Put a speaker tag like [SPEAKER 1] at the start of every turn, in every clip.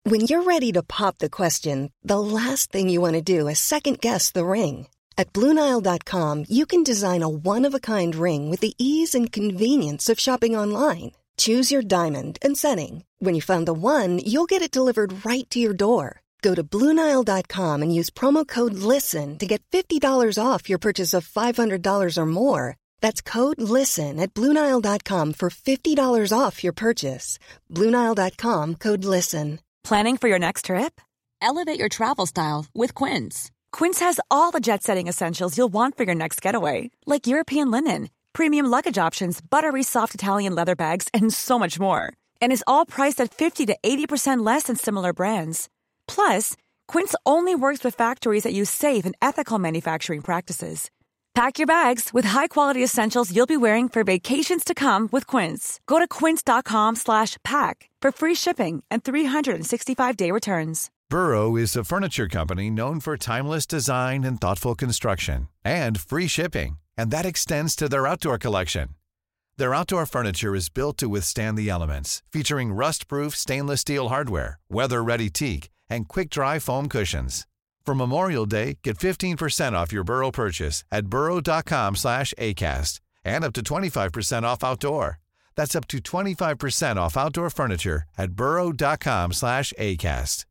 [SPEAKER 1] When you're ready to pop the question, the last thing you want to do is second-guess the ring. At BlueNile.com, you can design a one-of-a-kind ring with the ease and convenience of shopping online. Choose your diamond and setting. When you find the one, you'll get it delivered right to your door. Go to BlueNile.com and use promo code LISTEN to get $50 off your purchase of $500 or more. That's code LISTEN at BlueNile.com for $50 off your purchase. BlueNile.com, code LISTEN.
[SPEAKER 2] Planning for your next trip? Elevate your travel style with Quince. Quince has all the jet-setting essentials you'll want for your next getaway, like European linen, premium luggage options, buttery soft Italian leather bags, and so much more. And is all priced at 50 to 80% less than similar brands. Plus, Quince only works with factories that use safe and ethical manufacturing practices. Pack your bags with high-quality essentials you'll be wearing for vacations to come with Quince. Go to quince.com/pack for free shipping and 365-day returns.
[SPEAKER 3] Burrow is a furniture company known for timeless design and thoughtful construction, and free shipping, and that extends to their outdoor collection. Their outdoor furniture is built to withstand the elements, featuring rust-proof stainless steel hardware, weather-ready teak, and quick-dry foam cushions. For Memorial Day, get 15% off your Burrow purchase at burrow.com/acast, and up to 25% off outdoor. That's up to 25% off outdoor furniture at burrow.com/acast.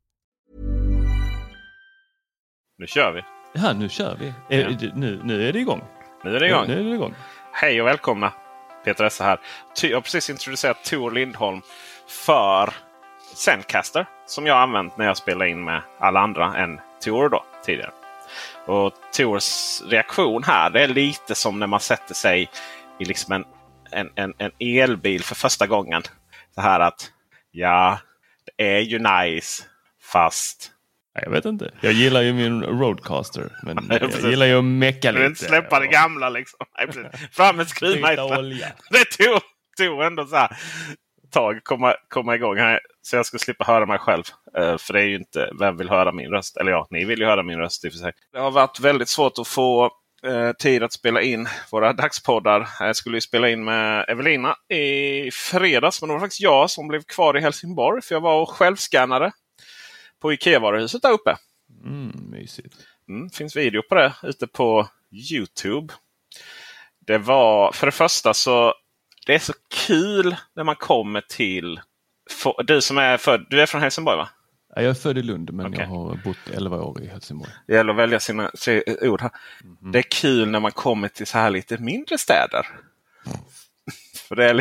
[SPEAKER 4] Nu kör vi.
[SPEAKER 5] Ja, nu kör vi. Nu är det igång.
[SPEAKER 4] Nu är det igång.
[SPEAKER 5] Nu är det igång.
[SPEAKER 4] Hej och välkomna. Peter Esse här. Jag har precis introducerat Tor Lindholm för Zencaster, som jag har använt när jag spelar in med alla andra än Tor då tidigare. Och Tors reaktion här, det är lite som när man sätter sig i liksom en elbil för första gången. Så här att ja, det är ju nice, fast
[SPEAKER 5] Jag vet inte. Jag gillar ju min Roadcaster, men jag gillar ju att mecka lite.
[SPEAKER 4] Du inte släppa det gamla liksom. Fram med skruvmejsel. Det tog ändå så här tag komma igång här, så jag skulle slippa höra mig själv. För det är ju inte, vem vill höra min röst? Eller ja, ni vill ju höra min röst i och för sig. Det har varit väldigt svårt att få tid att spela in våra dagspoddar. Jag skulle ju spela in med Evelina i fredags, men det var faktiskt jag som blev kvar i Helsingborg, för jag var och självskannade på IKEA-varuhuset där uppe.
[SPEAKER 5] Mysigt.
[SPEAKER 4] Finns video på det ute på YouTube. Det var, för det första så, det är så kul när man kommer till, du som är född, du är från Helsingborg va?
[SPEAKER 5] Ja, jag är född i Lund, men jag har bott 11 år i Helsingborg.
[SPEAKER 4] Det gäller att välja sina ord här. Det är kul när man kommer till så här lite mindre städer. För det är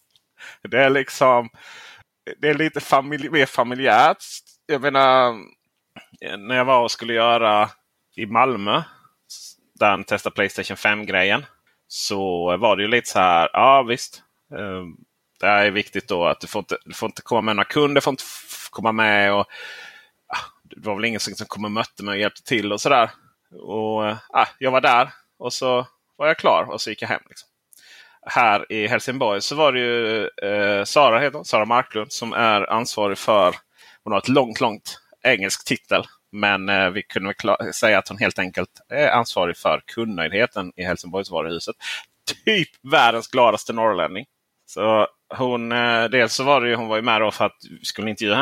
[SPEAKER 4] lite mer familjärt. Jag menar, när jag var och skulle göra i Malmö, där testa PlayStation 5-grejen, så var det ju lite så här, ja visst, det är viktigt då att du får inte komma med några kunder, får inte komma med, och det var väl ingen som kom och mötte mig och hjälpte till och sådär. Och jag var där och så var jag klar och så gick jag hem liksom. Här i Helsingborg så var det ju Sara Marklund som är ansvarig för, hon har ett långt engelsk titel, men vi kunde väl säga att hon helt enkelt är ansvarig för kundnöjdheten i Helsingborgs varuhuset. Typ världens gladaste norrlänning. Så hon, dels så var det ju, hon var ju med då för att jag skulle intervjua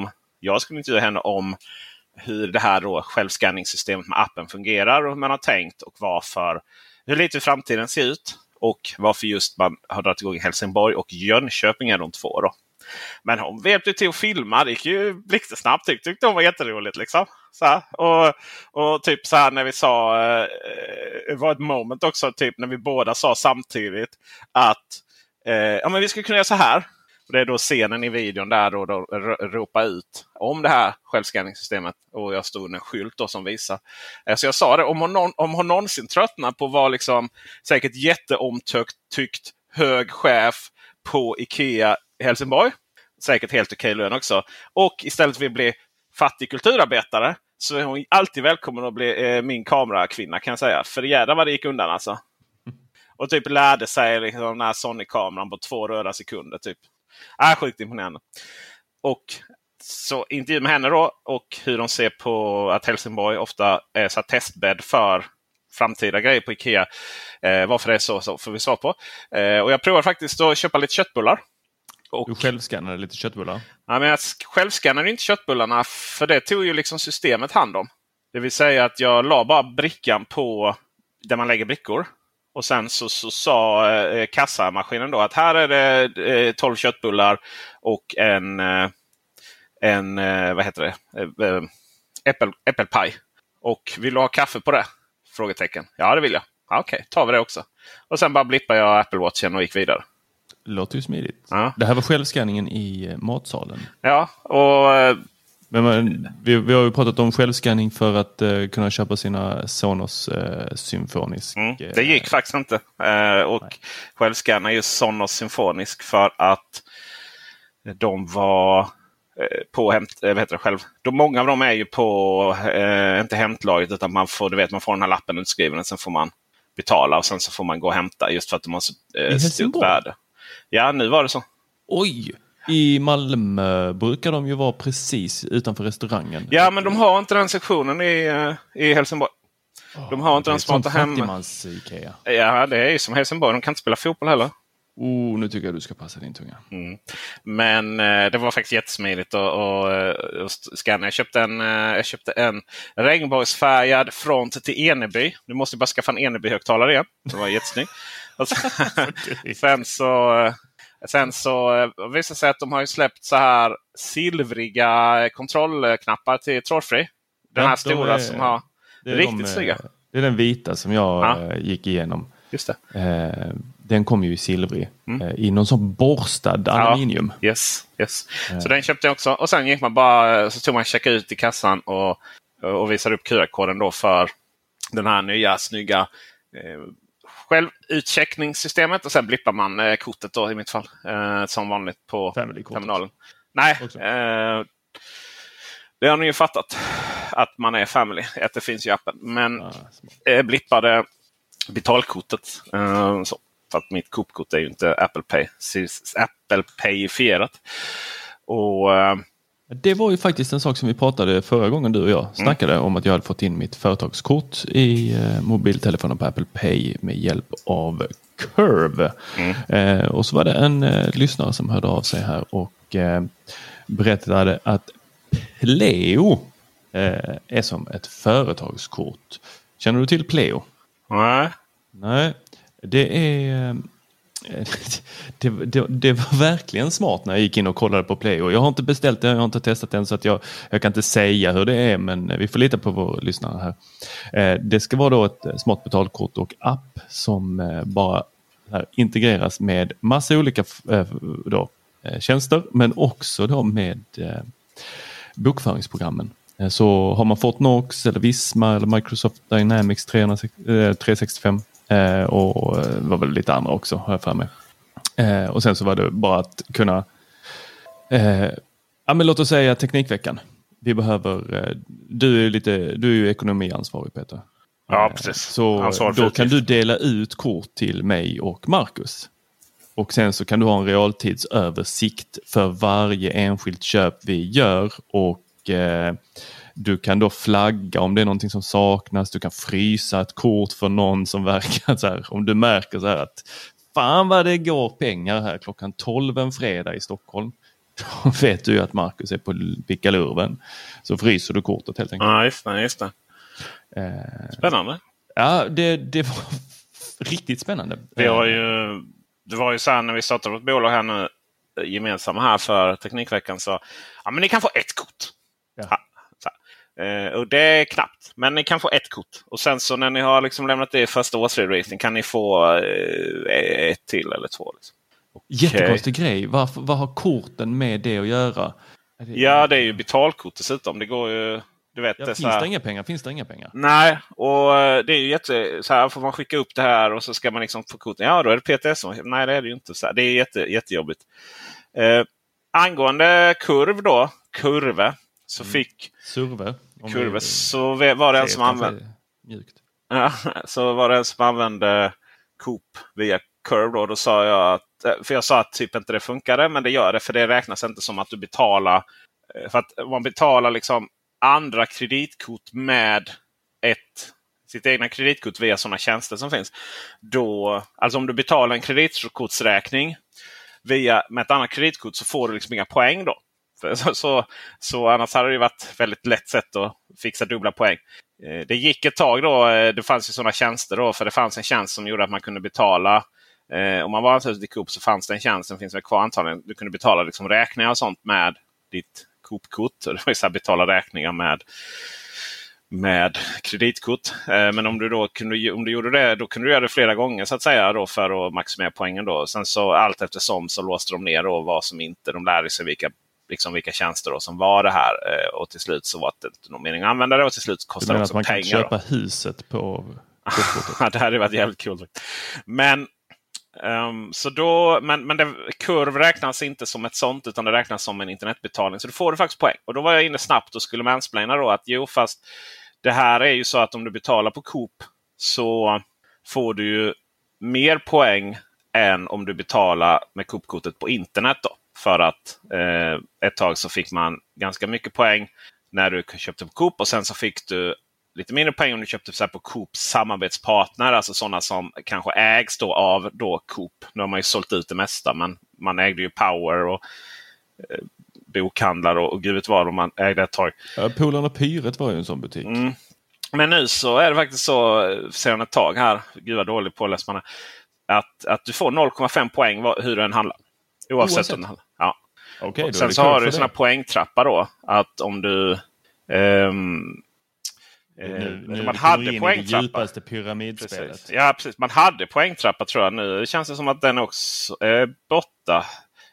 [SPEAKER 4] henne om hur det här då självskanningssystemet med appen fungerar och hur man har tänkt och hur lite framtiden ser ut och varför just man har dragit igång i Helsingborg och Jönköping är de två då. Men hon hjälpte till att filma, det gick ju blixtsnabbt, tyckte hon var jätteroligt liksom. Så här. Och typ så här när vi sa, det var ett moment också typ när vi båda sa samtidigt att men vi skulle kunna göra så här. Och det är då scenen i videon där då ropa ut om det här självskanningssystemet. Och jag stod en skylt då som visar. Så jag sa det, om hon någonsin tröttnar på att vara liksom säkert jätteomtyckt hög chef på IKEA i Helsingborg. Säkert helt okej lön också. Och istället vill bli fattig kulturarbetare, så är hon alltid välkommen att bli min kamerakvinna, kan jag säga. För det jävla vad det gick undan alltså. Och typ lärde sig liksom den här Sony-kameran på 2 röda sekunder typ. Sjukt imponerande. Och så intervju med henne då, och hur de ser på att Helsingborg ofta är så här testbädd för framtida grejer på IKEA. Varför det är så får vi svar på. Och jag provar faktiskt att köpa lite köttbullar. Och
[SPEAKER 5] du självskannade lite köttbullar?
[SPEAKER 4] Ja, men jag självskannade inte köttbullarna, för det tog ju liksom systemet hand om. Det vill säga att jag la bara brickan på där man lägger brickor. Och sen så sa kassamaskinen då att här är det 12 köttbullar och en vad heter det? Äppelpaj. Och vill du ha kaffe på det? Frågetecken. Ja, det vill jag. Ja, okej, tar vi det också. Och sen bara blippade jag Apple Watchen och gick vidare.
[SPEAKER 5] Låter ju smidigt.
[SPEAKER 4] Ja.
[SPEAKER 5] Det här var självskanningen i matsalen.
[SPEAKER 4] Ja, och...
[SPEAKER 5] Men vi har ju pratat om självskanning för att kunna köpa sina Sonos symfonisk.
[SPEAKER 4] Det gick faktiskt inte. Och självskanna just Sonos symfonisk för att de var på många av dem är ju på inte hämtlaget, utan man får den här lappen utskriven och sen får man betala och sen så får man gå och hämta just för att de har så stort värde. Ja, nu var det så.
[SPEAKER 5] Oj! I Malmö brukar de ju vara precis utanför restaurangen.
[SPEAKER 4] Ja, men de har inte den sektionen i Helsingborg. De har inte den smarta hemma.
[SPEAKER 5] Ikea.
[SPEAKER 4] Ja, det är ju som Helsingborg. De kan inte spela fotboll heller.
[SPEAKER 5] Nu tycker jag du ska passa din tunga.
[SPEAKER 4] Men det var faktiskt jättesmidigt och scanna. Jag köpte en regnbågsfärgad front till Eneby. Du måste bara skaffa en Eneby-högtalare igen. Det var jättesnyggt. Och sen så visar sig att de har ju släppt så här silvriga kontrollknappar till trådfri. Den här stora som har riktigt snygga.
[SPEAKER 5] Det är den vita som jag gick igenom.
[SPEAKER 4] Just det.
[SPEAKER 5] Den kom ju i silvrig. I någon sån borstad aluminium.
[SPEAKER 4] Yes. Så den köpte jag också. Och sen gick man bara, så tog man checka ut i kassan och visade upp QR-koden då för den här nya snygga självutcheckningssystemet. Och sen blippar man kortet då i mitt fall. Som vanligt på terminalen. Nej, det har ni ju fattat. Att man är family. Att det finns ju appen. Men blippade betalkortet. Så. För att mitt Coop-kort är ju inte Apple Pay-ifierat. Och
[SPEAKER 5] det var ju faktiskt en sak som vi pratade förra gången du och jag snackade om, att jag hade fått in mitt företagskort i mobiltelefonen på Apple Pay med hjälp av Curve. Och så var det en lyssnare som hörde av sig här och berättade att Pleo är som ett företagskort. Känner du till Pleo? Nej. Det är det var verkligen smart när jag gick in och kollade på Pleo. Jag har inte beställt det, jag har inte testat den, så att jag kan inte säga hur det är, men vi får lita på vår lyssnare här. Det ska vara då ett smart betalkort och app som bara här integreras med massa olika tjänster, men också då med bokföringsprogrammen. Så har man Fortnox eller Visma eller Microsoft Dynamics 365 och var väl lite andra också, har jag för mig. Och sen så var det bara att kunna men låt oss säga Teknikveckan. Vi behöver du är ju ekonomiansvarig, Peter.
[SPEAKER 4] Ja, precis.
[SPEAKER 5] Så då kan du dela ut kort till mig och Marcus. Och sen så kan du ha en realtidsöversikt för varje enskilt köp vi gör, och du kan då flagga om det är någonting som saknas. Du kan frysa ett kort för någon som verkar så här. Om du märker så här att fan vad det går pengar här klockan 12 en fredag i Stockholm. Då vet du ju att Marcus är på pickalurven. Så fryser du kortet helt enkelt.
[SPEAKER 4] Ja, just det. Spännande.
[SPEAKER 5] Ja, det var riktigt spännande.
[SPEAKER 4] Det var ju så här när vi startade vårt bolag här nu gemensamma här för Teknikveckan, så men ni kan få ett kort. Ja. Och det är knappt, men ni kan få ett kort. Och sen så när ni har liksom lämnat det i första årsredovisning kan ni få ett till eller två. Liksom.
[SPEAKER 5] Jättekonstig grej. Vad har korten med det att göra?
[SPEAKER 4] Ja, det är ju betalkort dessutom. Det går ju, du vet,
[SPEAKER 5] finns det inga pengar? Nej,
[SPEAKER 4] och det är ju så här, får man skicka upp det här och så ska man liksom få korten. Ja, då är det PTS. Nej, det är det ju inte. Så här. Det är jättejobbigt. Angående kurve, så fick Kurve, så var det en som använde mjukt. Ja, så var det en som använde Coop via Curve då sa jag att, för jag sa att typ inte det funkade, men det gör det, för det räknas inte som att du betalar, för att man betalar liksom andra kreditkort med sitt egna kreditkort via sådana tjänster som finns. Då, alltså om du betalar en kreditkortsräkning med ett annat kreditkort så får du liksom inga poäng då. Så annars hade det varit väldigt lätt sätt att fixa dubbla poäng. Det gick ett tag då. Det fanns ju sådana tjänster då. För det fanns en tjänst som gjorde att man kunde betala. Om man var ansluten till Coop så fanns det en tjänst som finns väl kvar antagligen. Du kunde betala liksom räkningar och sånt med ditt Coop-kort. Det var så här, betala räkningar med kreditkort. Men om du gjorde det, då kunde du göra det flera gånger så att säga då, för att maximera poängen då. Sen så allt eftersom så låste de ner då vad som inte. De lärde sig vilka tjänster då som var det här. Och till slut så var det inte någon mening att använda det. Och till slut kostade det också pengar.
[SPEAKER 5] Man kan köpa huset på
[SPEAKER 4] ja, det hade varit jävligt kul. Men kurv räknas inte som ett sånt, utan det räknas som en internetbetalning. Så då får du faktiskt poäng. Och då var jag inne snabbt och skulle mansplaina då att fast det här är ju så att om du betalar på Coop så får du ju mer poäng än om du betalar med Coop-kortet på internet då. För att ett tag så fick man ganska mycket poäng när du köpte på Coop, och sen så fick du lite mindre poäng om du köpte så här på Coops samarbetspartner, alltså sådana som kanske ägs då av Coop. Nu har man ju sålt ut det mesta, men man ägde ju Power och bokhandlar och gud vet vad man ägde ett tag.
[SPEAKER 5] Ja, Polarna Pyret var ju en sån butik.
[SPEAKER 4] Men nu så är det faktiskt så, sedan ett tag här, gud vad dålig påläst man är, att du får 0,5 poäng hur den handlar. Oavsett om den handlar. Ja.
[SPEAKER 5] Okay,
[SPEAKER 4] och sen så har du såna poängtrappa då, att om du
[SPEAKER 5] man hade poängtrappa. Det djupaste pyramidspelet.
[SPEAKER 4] Ja, precis. Man hade poängtrappa tror jag. Nu känns det som att den också är borta.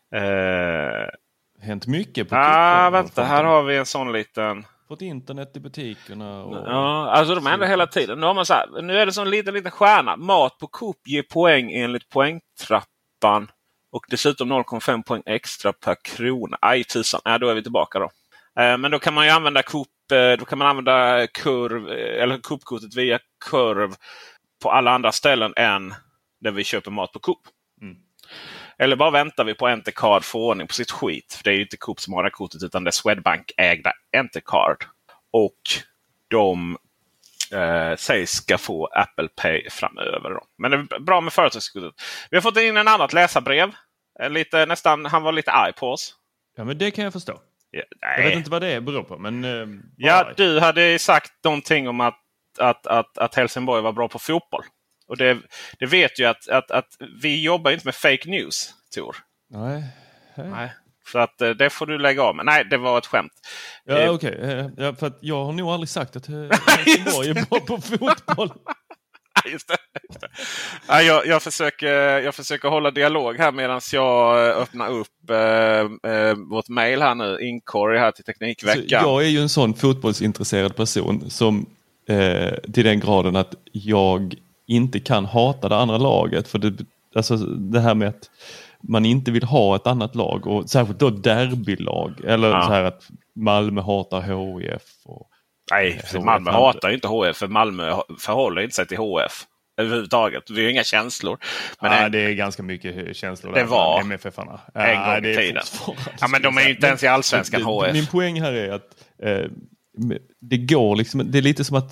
[SPEAKER 5] Hänt mycket på
[SPEAKER 4] vänta, här har vi en sån liten...
[SPEAKER 5] Fått internet i butikerna. Och...
[SPEAKER 4] Ja, alltså de ändrar hela tiden. Nu har man så här, nu är det sån liten stjärna. Mat på Coop ger poäng enligt poängtrappan. Och dessutom 0,5 poäng extra per krona. Aj, tusan. Då är vi tillbaka då. Men då kan man ju använda Coop. Då kan man använda kurv eller Coop-kortet via kurv på alla andra ställen än där vi köper mat på Coop. Eller bara väntar vi på Entercard får ordning på sitt skit. För det är ju inte Coop som har det kortet, utan det är Swedbank-ägda Entercard. Och de sägs ska få Apple Pay framöver då. Men det är bra med företagskortet. Vi har fått in en annat läsarbrev. Han var lite arg på oss.
[SPEAKER 5] Ja, men det kan jag förstå.
[SPEAKER 4] Ja,
[SPEAKER 5] jag vet inte vad det beror på, men...
[SPEAKER 4] du hade sagt någonting om att Helsingborg var bra på fotboll. Och det vet ju att vi jobbar inte med fake news, Tor.
[SPEAKER 5] Nej.
[SPEAKER 4] Så att det får du lägga av med. Nej, det var ett skämt.
[SPEAKER 5] Ja, okej. Ja, för att jag har nog aldrig sagt att Helsingborg är bra på fotboll.
[SPEAKER 4] Just det. Ja, jag försöker hålla dialog här medan jag öppnar upp vårt mejl här nu. Inquiry här till Teknikveckan.
[SPEAKER 5] Så jag är ju en sån fotbollsintresserad person som till den graden att jag inte kan hata det andra laget. För det här med att man inte vill ha ett annat lag, och särskilt då derbylag. Eller så här att Malmö hatar HIF och...
[SPEAKER 4] Nej, Malmö hatar ju inte HF, för Malmö förhåller inte sig till HF överhuvudtaget. Det är ju inga känslor.
[SPEAKER 5] Men det är ganska mycket känslor.
[SPEAKER 4] Det var
[SPEAKER 5] MFF-arna.
[SPEAKER 4] En gång i tiden. Ja, men de är ju inte ens i allsvenskan HF.
[SPEAKER 5] Min poäng här är att det går liksom, det är lite som att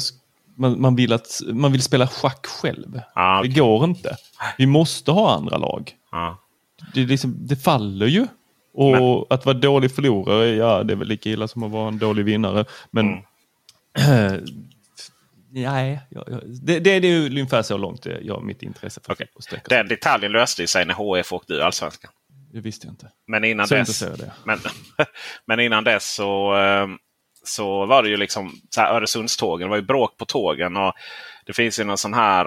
[SPEAKER 5] man vill spela schack själv. Det går inte. Vi måste ha andra lag. Det faller ju. Och att vara dålig förlorare, det är väl lika illa som att vara en dålig vinnare. Men nej, det är ju ungefär så långt mitt intresse för att sträcka.
[SPEAKER 4] Den detaljen löste sig när HF åkte ur allsvenskan.
[SPEAKER 5] Det visste jag inte.
[SPEAKER 4] Men innan dess, men innan dess så var det ju liksom så här, Öresundstågen, det var ju bråk på tågen, och det finns ju någon sån här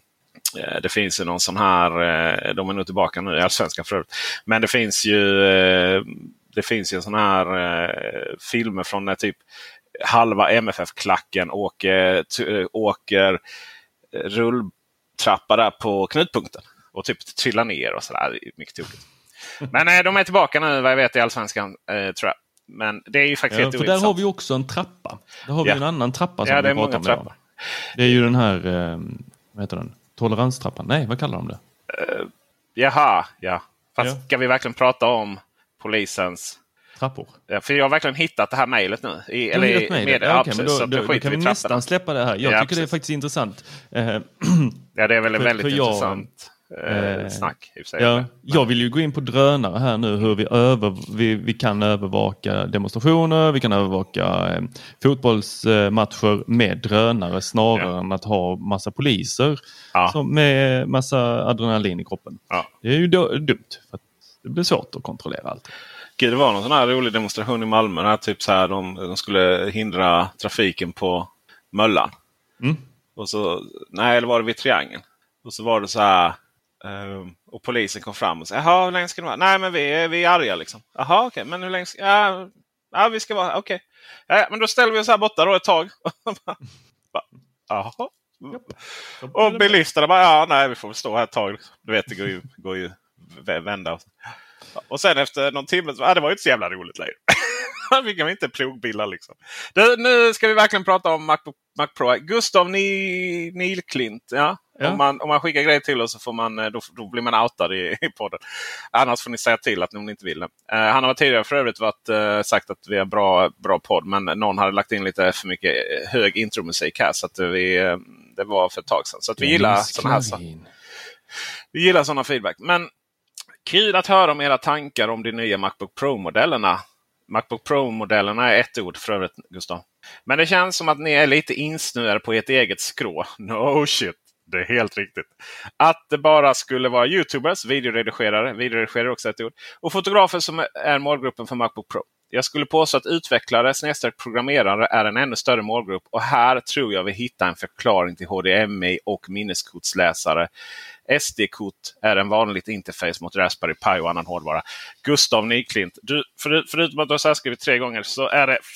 [SPEAKER 4] de är nog tillbaka nu i allsvenskan förut. Men det finns ju en sån här filmer från när typ halva MFF-klacken åker rulltrappa där på knutpunkten och typ trillar ner och sådär. Mycket tokigt. Men de är tillbaka nu vad jag vet i allsvenskan, tror jag. Men det är ju faktiskt helt
[SPEAKER 5] ointressant. Där har vi också en trappa. Där har vi en annan trappa som
[SPEAKER 4] det
[SPEAKER 5] vi pratar om.
[SPEAKER 4] trappor.
[SPEAKER 5] Det är ju den här, vad heter den? Toleranstrappan. Nej, vad kallar de det?
[SPEAKER 4] Ja. Fast ska vi verkligen prata om polisens
[SPEAKER 5] trappor?
[SPEAKER 4] Ja, för jag har verkligen hittat det här mejlet nu.
[SPEAKER 5] Då kan vi nästan släppa det här. Jag tycker det är faktiskt intressant.
[SPEAKER 4] Ja, det är väl väldigt intressant. snack. I och för sig.
[SPEAKER 5] Ja, jag vill ju gå in på drönare här nu, hur vi kan övervaka demonstrationer, vi kan övervaka fotbollsmatcher med drönare snarare än att ha massa poliser med massa adrenalin i kroppen. Ja. Det är ju dumt, för att det blir svårt att kontrollera allt.
[SPEAKER 4] Gud, det var någon sån här rolig demonstration i Malmö där typ så här, de skulle hindra trafiken på Möllan. Och så, eller var det vid Triangeln? Och så var det så här, och polisen kom fram och sa, jaha, hur länge ska det vara? Nej, men vi är arga liksom. Jaha, okej, men hur länge ska... Ja, vi ska vara, okej. Ja, men då ställer vi oss här borta då ett tag. Jaha. Och bilisterna bara, vi får stå här ett tag. Du vet, det går ju vända. Och sen efter någon timme, det var ju inte så jävla roligt längre. Vi kan inte plogbilda liksom. Nu ska vi verkligen prata om Mac Pro. Gustav Nilklint, ja. Om man skickar grejer till oss så får man, då blir man outad i podden. Annars får ni säga till att ni inte vill det. Han har tidigare för övrigt sagt att vi har bra podd, men någon hade lagt in lite för mycket hög intromusik här, så att det var för ett tag sedan. Så att vi gillar sådana här saker. Vi gillar sådana feedback. Men kul att höra om era tankar om de nya Macbook Pro-modellerna. Macbook Pro-modellerna är ett ord för övrigt, Gustav. Men det känns som att ni är lite insnöade på ert eget skrå. No shit, det är helt riktigt. Att det bara skulle vara YouTubers, videoredigerare också ett ord, och fotografer som är målgruppen för Macbook Pro. Jag skulle påstå att utvecklare / programmerare är en ännu större målgrupp, och här tror jag vi hittar en förklaring till HDMI och minneskortsläsare. SD-kort är en vanligt interface mot Raspberry Pi och annan hårdvara. Gustav Nyklint, förutom att du har skrivit 3 gånger så är det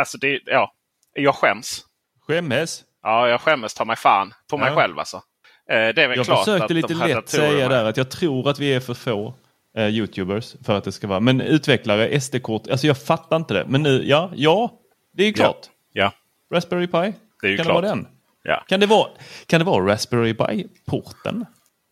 [SPEAKER 4] jag skäms.
[SPEAKER 5] Skämmes?
[SPEAKER 4] Ja, jag skämmes, ta mig fan på mig själv alltså. Det är väl
[SPEAKER 5] jag
[SPEAKER 4] klart
[SPEAKER 5] försökte
[SPEAKER 4] att
[SPEAKER 5] lite lätt säga där att jag tror att vi är för få YouTubers för att det ska vara. Men utvecklare, SD-kort, alltså jag fattar inte det. Men nu, det är ju klart.
[SPEAKER 4] Ja.
[SPEAKER 5] Raspberry Pi,
[SPEAKER 4] det är ju
[SPEAKER 5] kan
[SPEAKER 4] klart.
[SPEAKER 5] Det vara den?
[SPEAKER 4] Ja.
[SPEAKER 5] Kan det vara Raspberry Pi-porten?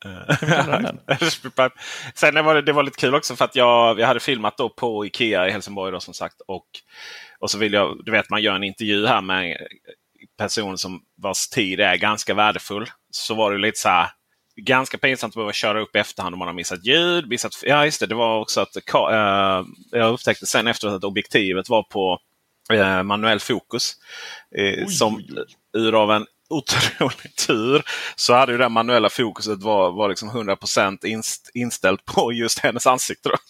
[SPEAKER 4] Sen det var lite kul också för att jag hade filmat då på Ikea i Helsingborg då, som sagt, och så vill jag, du vet, man gör en intervju här med en person som vars tid är ganska värdefull. Så var det lite så här ganska pinsamt att behöva köra upp i efterhand om man har missat ljud, det var också att jag upptäckte sen efteråt att objektivet var på manuell fokus som ur av en otrolig tur så hade ju det manuella fokuset var liksom 100% inställt på just hennes ansikte då.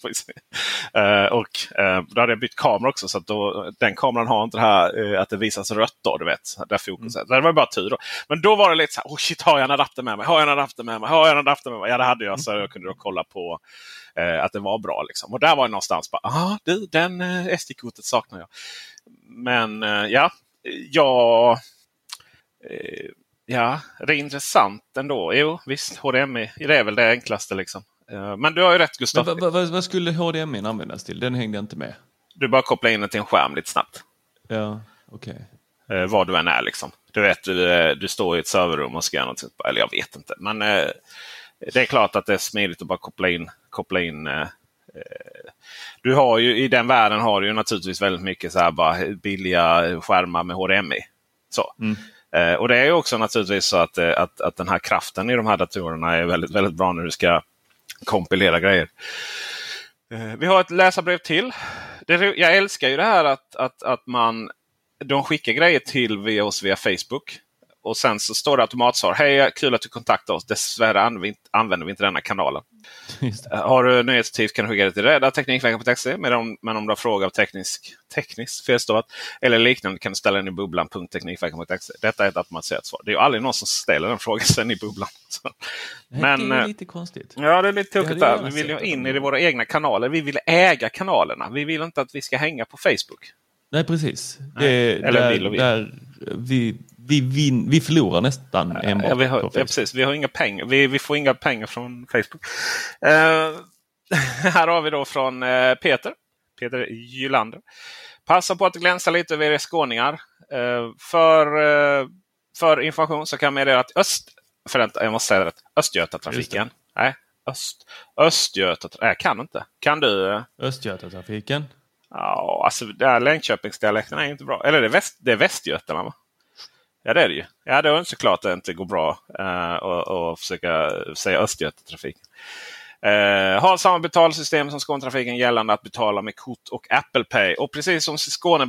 [SPEAKER 4] Då hade jag bytt kamera också, så att den kameran har inte det här att det visas rött då, du vet, där fokuset. Det var bara tur då. Men då var det lite så här, shit, har jag en adapter med mig? Ja, det hade jag, så jag kunde då kolla på att det var bra liksom. Och där var det någonstans bara, den SD-kortet saknar jag. Men det är intressant ändå. Jo, visst, HDMI det är väl det enklaste liksom. Men du har ju rätt, Gustav.
[SPEAKER 5] Vad skulle HDMI användas till? Den hängde inte med.
[SPEAKER 4] Du bara kopplar in den till en skärm lite snabbt.
[SPEAKER 5] Ja, okej.
[SPEAKER 4] Var du än är liksom. Du vet, du står i ett serverrum och ska göra något, eller jag vet inte. Men det är klart att det är smidigt att bara koppla in. Du har ju i den världen har du ju naturligtvis väldigt mycket så här bara billiga skärmar med HDMI. Så. Och det är ju också naturligtvis så att den här kraften i de här datorerna är väldigt, väldigt bra när du ska kompilera grejer. Vi har ett läsarbrev till. Jag älskar ju det här att de skickar grejer till oss via Facebook. Och sen så står det automatsvar. Hej, kul att du kontaktar oss. Dessvärre använder vi inte denna kanalen. Har du nyhetstips kan du skicka det till Teknikveckan.se. Men om du har frågor av tekniskt felstavat eller liknande kan du ställa den i bubblan.teknikveckan.se. Detta är ett automatiserat svar. Det är ju aldrig någon som ställer den frågan sen i bubblan. Men,
[SPEAKER 5] det är lite konstigt.
[SPEAKER 4] Ja, det är lite tokigt där. Vi vill ju ha in i våra egna kanaler. Vi vill äga kanalerna. Vi vill inte att vi ska hänga på Facebook.
[SPEAKER 5] Nej, precis. Vi förlorar nästan enbart.
[SPEAKER 4] Precis, vi har inga pengar. Vi får inga pengar från Facebook. Här har vi då från Peter Gylander. Passa på att glänsa lite över er skåningar. För information så kan jag meddela att jag måste säga det. Östgötatrafiken. Nej, Östgötatrafiken. Jag kan inte. Kan du?
[SPEAKER 5] Östgötatrafiken.
[SPEAKER 4] Ja, alltså Längköpingsdialekten är inte bra. Eller det är Västgötarna, va? Ja, det är det ju. Ja, det är såklart att det inte går bra att försöka säga Östgötatrafik. Har samma betalsystem som Skånetrafiken gällande att betala med kort och Apple Pay. Och precis som i Skåne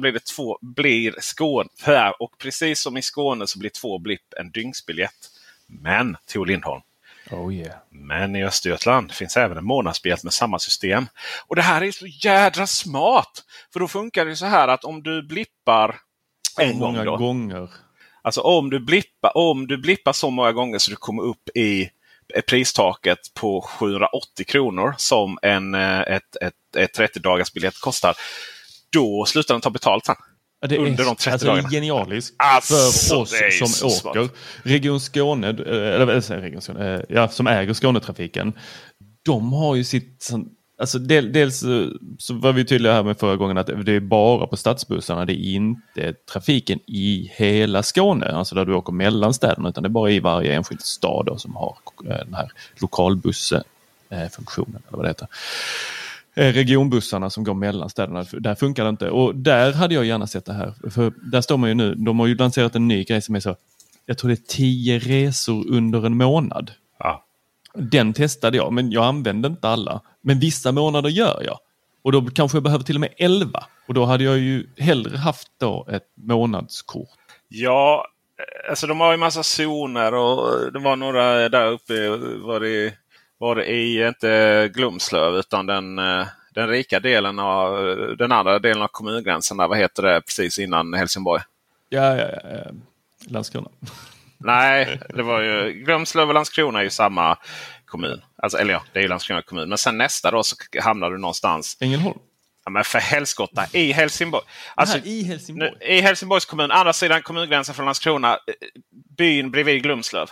[SPEAKER 4] och precis som i Skåne så blir 2 blipp en dygnsbiljett. Men, Theo Lindholm.
[SPEAKER 5] Oh yeah.
[SPEAKER 4] Men i Östergötland finns även en månadsbiljett med samma system. Och det här är så jädra smart. För då funkar det så här att om du blippar en gång då.
[SPEAKER 5] Gånger.
[SPEAKER 4] Alltså om du blippar så många gånger så du kommer upp i pristaket på 780 kronor som ett 30-dagars biljett kostar. Då slutar den ta betalt sen.
[SPEAKER 5] Ja, det
[SPEAKER 4] under de 30 dagarna.
[SPEAKER 5] Det är genialiskt
[SPEAKER 4] alltså,
[SPEAKER 5] för oss som åker. Region Skåne, Region Skåne, som äger Skånetrafiken. De har ju sitt... Alltså dels så var vi tydliga här med förra gången att det är bara på stadsbussarna, det är inte trafiken i hela Skåne, alltså där du åker mellan städerna, utan det är bara i varje enskild stad då, som har den här lokalbussfunktionen eller vad det heter. Regionbussarna som går mellan städerna, där funkar det inte. Och där hade jag gärna sett det här, för där står man ju nu, de har ju lanserat en ny grej som är så, jag tror det är 10 resor under en månad.
[SPEAKER 4] Ja.
[SPEAKER 5] Den testade jag, men jag använde inte alla. Men vissa månader gör jag. Och då kanske jag behöver till och med 11. Och då hade jag ju hellre haft då ett månadskort.
[SPEAKER 4] Ja, alltså de har ju massa zoner och det var några där uppe, var det i inte Glumslöv utan den rika delen av den andra delen av kommungränsen där, vad heter det, precis innan Helsingborg?
[SPEAKER 5] Ja. Landskrona.
[SPEAKER 4] Nej, det var ju Glumslöv och Landskrona är ju samma kommun. Alltså, eller ja, det är ju Landskrona kommun. Men sen nästa då så hamnar du någonstans.
[SPEAKER 5] Ängelholm.
[SPEAKER 4] Ja, men för helskotta, i Helsingborg. Alltså,
[SPEAKER 5] i Helsingborg.
[SPEAKER 4] I Helsingborgs kommun, andra sidan kommungränsen från Landskrona, byn bredvid Glumslöv.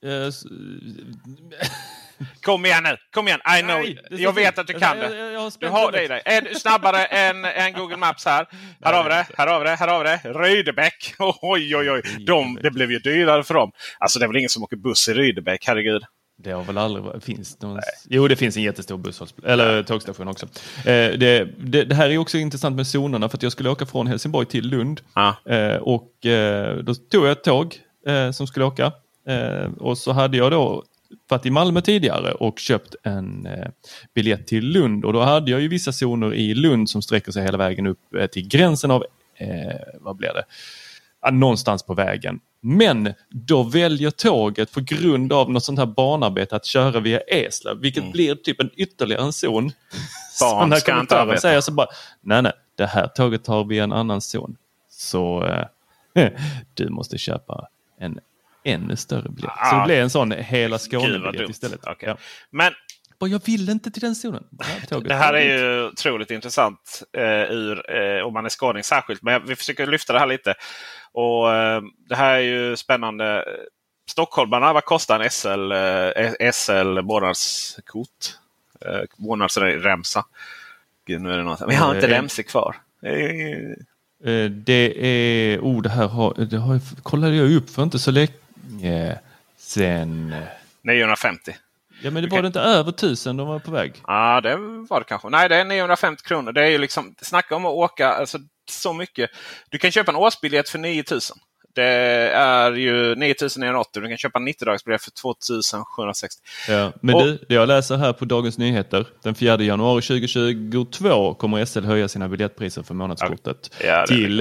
[SPEAKER 4] Kom igen nu, kom igen. I know.
[SPEAKER 5] Nej,
[SPEAKER 4] jag vet att du kan det. Du har det i dig. Är du snabbare än Google Maps här? Här har vi det. Rydebäck. Oj. Det blev ju dyrare för dem. Alltså det är väl ingen som åker buss i Rydebäck, herregud.
[SPEAKER 5] Det har väl aldrig finns någon... Jo, det finns en jättestor eller tågstation också. Det här är också intressant med zonerna, för att jag skulle åka från Helsingborg till Lund. Och då tog jag ett tåg som skulle åka. Och så hade jag då varit i Malmö tidigare och köpt en biljett till Lund. Och då hade jag ju vissa zoner i Lund som sträcker sig hela vägen upp till gränsen av, vad blir det? Någonstans på vägen. Men då väljer tåget på grund av något sånt här banarbete att köra via Eslöv, vilket blir typ en ytterligare en zon.
[SPEAKER 4] Barn ska inte arbeta.
[SPEAKER 5] Säger så bara, nej, det här tåget tar vi en annan zon. Så du måste köpa en ännu större biljett. Så det blir en sån hela Skåne-biljett istället.
[SPEAKER 4] Okay. Ja. Men
[SPEAKER 5] jag vill inte till den zonen.
[SPEAKER 4] Det här är ju otroligt intressant om man är skåning särskilt. Men vi försöker lyfta det här lite. Och det här är ju spännande. Stockholmarna, vad kostar en SL månadskort? Månadsremsa. Gud, nu är det något. Vi har inte remsor kvar.
[SPEAKER 5] Det är... det här kollade jag upp för inte så länge sen.
[SPEAKER 4] 950.
[SPEAKER 5] Ja, men det var det inte över 1000 de var på väg?
[SPEAKER 4] Ja, det var det kanske. Nej, det är 950 kronor. Det är ju liksom, snacka om att åka alltså, så mycket. Du kan köpa en årsbiljett för 9000. Det är ju 9980. Du kan köpa en 90-dagsbiljett för 2760.
[SPEAKER 5] Ja, men det jag läser här på Dagens Nyheter. Den 4 januari 2022 kommer SL höja sina biljettpriser för månadskortet till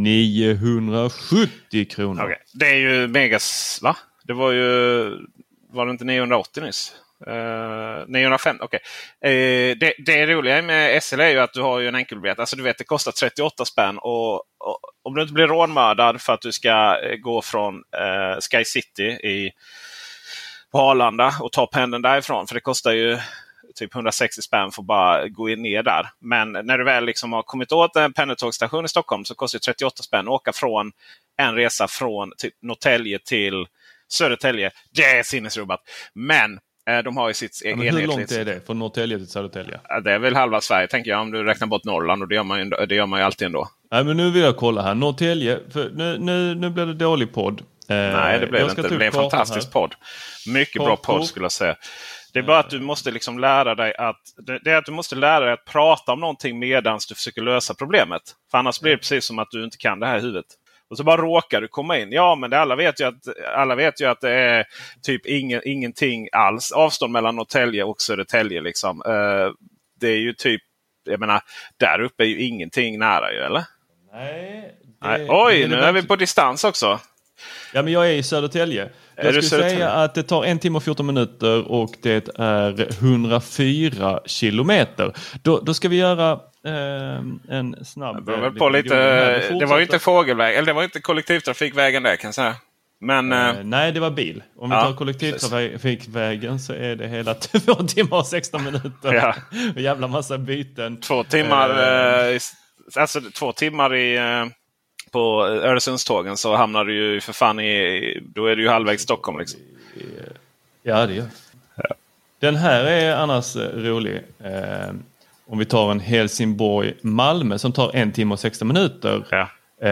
[SPEAKER 5] 970 kronor.
[SPEAKER 4] Okay. Det är ju megas, va? Det var det inte 980 nyss? 950, okej. Det roliga med SL är ju att du har ju en enkelbiljett. Alltså du vet, det kostar 38 spänn. Och om du inte blir rånmördad för att du ska gå från Sky City på Arlanda och ta pendeln därifrån. För det kostar ju typ 160 spänn för att bara gå ner där. Men när du väl liksom har kommit åt en pendeltågstation i Stockholm så kostar det 38 spänn att åka från en resa från typ Norrtälje till Södertälje. Det är sinnesrubbat. Men de har ju sitt
[SPEAKER 5] egen hur långt är det från Norrtälje till Södertälje?
[SPEAKER 4] Det är väl halva Sverige, tänker jag, om du räknar bort Norrland. Och det gör man ju alltid ändå.
[SPEAKER 5] Nej, men nu vill jag kolla här. Norrtälje, för nu blir det dålig podd.
[SPEAKER 4] Nej, det blev inte. Det blev en fantastisk podd. Mycket bra podd skulle jag säga. Det är bara att du måste liksom lära dig att prata om någonting medan du försöker lösa problemet. För annars blir det precis som att du inte kan det här i huvudet. Och så bara råkar du komma in. Ja, men alla vet ju att det är typ ingenting alls avstånd mellan Norrtälje och Södertälje. Liksom. Det är ju typ, jag menar, där uppe är ju ingenting nära ju, eller?
[SPEAKER 5] Nej.
[SPEAKER 4] Oj, nu är vi på distans också.
[SPEAKER 5] Ja, men jag är i Södertälje. Jag skulle säga att det tar 1 timme och 14 minuter och det är 104 kilometer. Då ska vi göra en snabb...
[SPEAKER 4] Det var ju inte fågelväg, eller det var inte kollektivtrafikvägen där kan jag säga. Men,
[SPEAKER 5] nej, det var bil. Om vi tar kollektivtrafikvägen så är det hela 2 timmar och 16 minuter. Ja. Och jävla massa byten.
[SPEAKER 4] 2 timmar, alltså 2 timmar på Öresundstågen så hamnar du ju för fan då är du ju halvvägs Stockholm liksom.
[SPEAKER 5] Ja, det gör. Ja. Den här är annars rolig. Om vi tar en Helsingborg-Malmö som tar 1 timme och 16 minuter. Ja.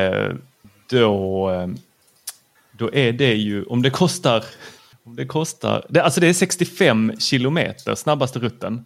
[SPEAKER 5] Då är det ju, om det kostar alltså det är 65 kilometer snabbaste rutten.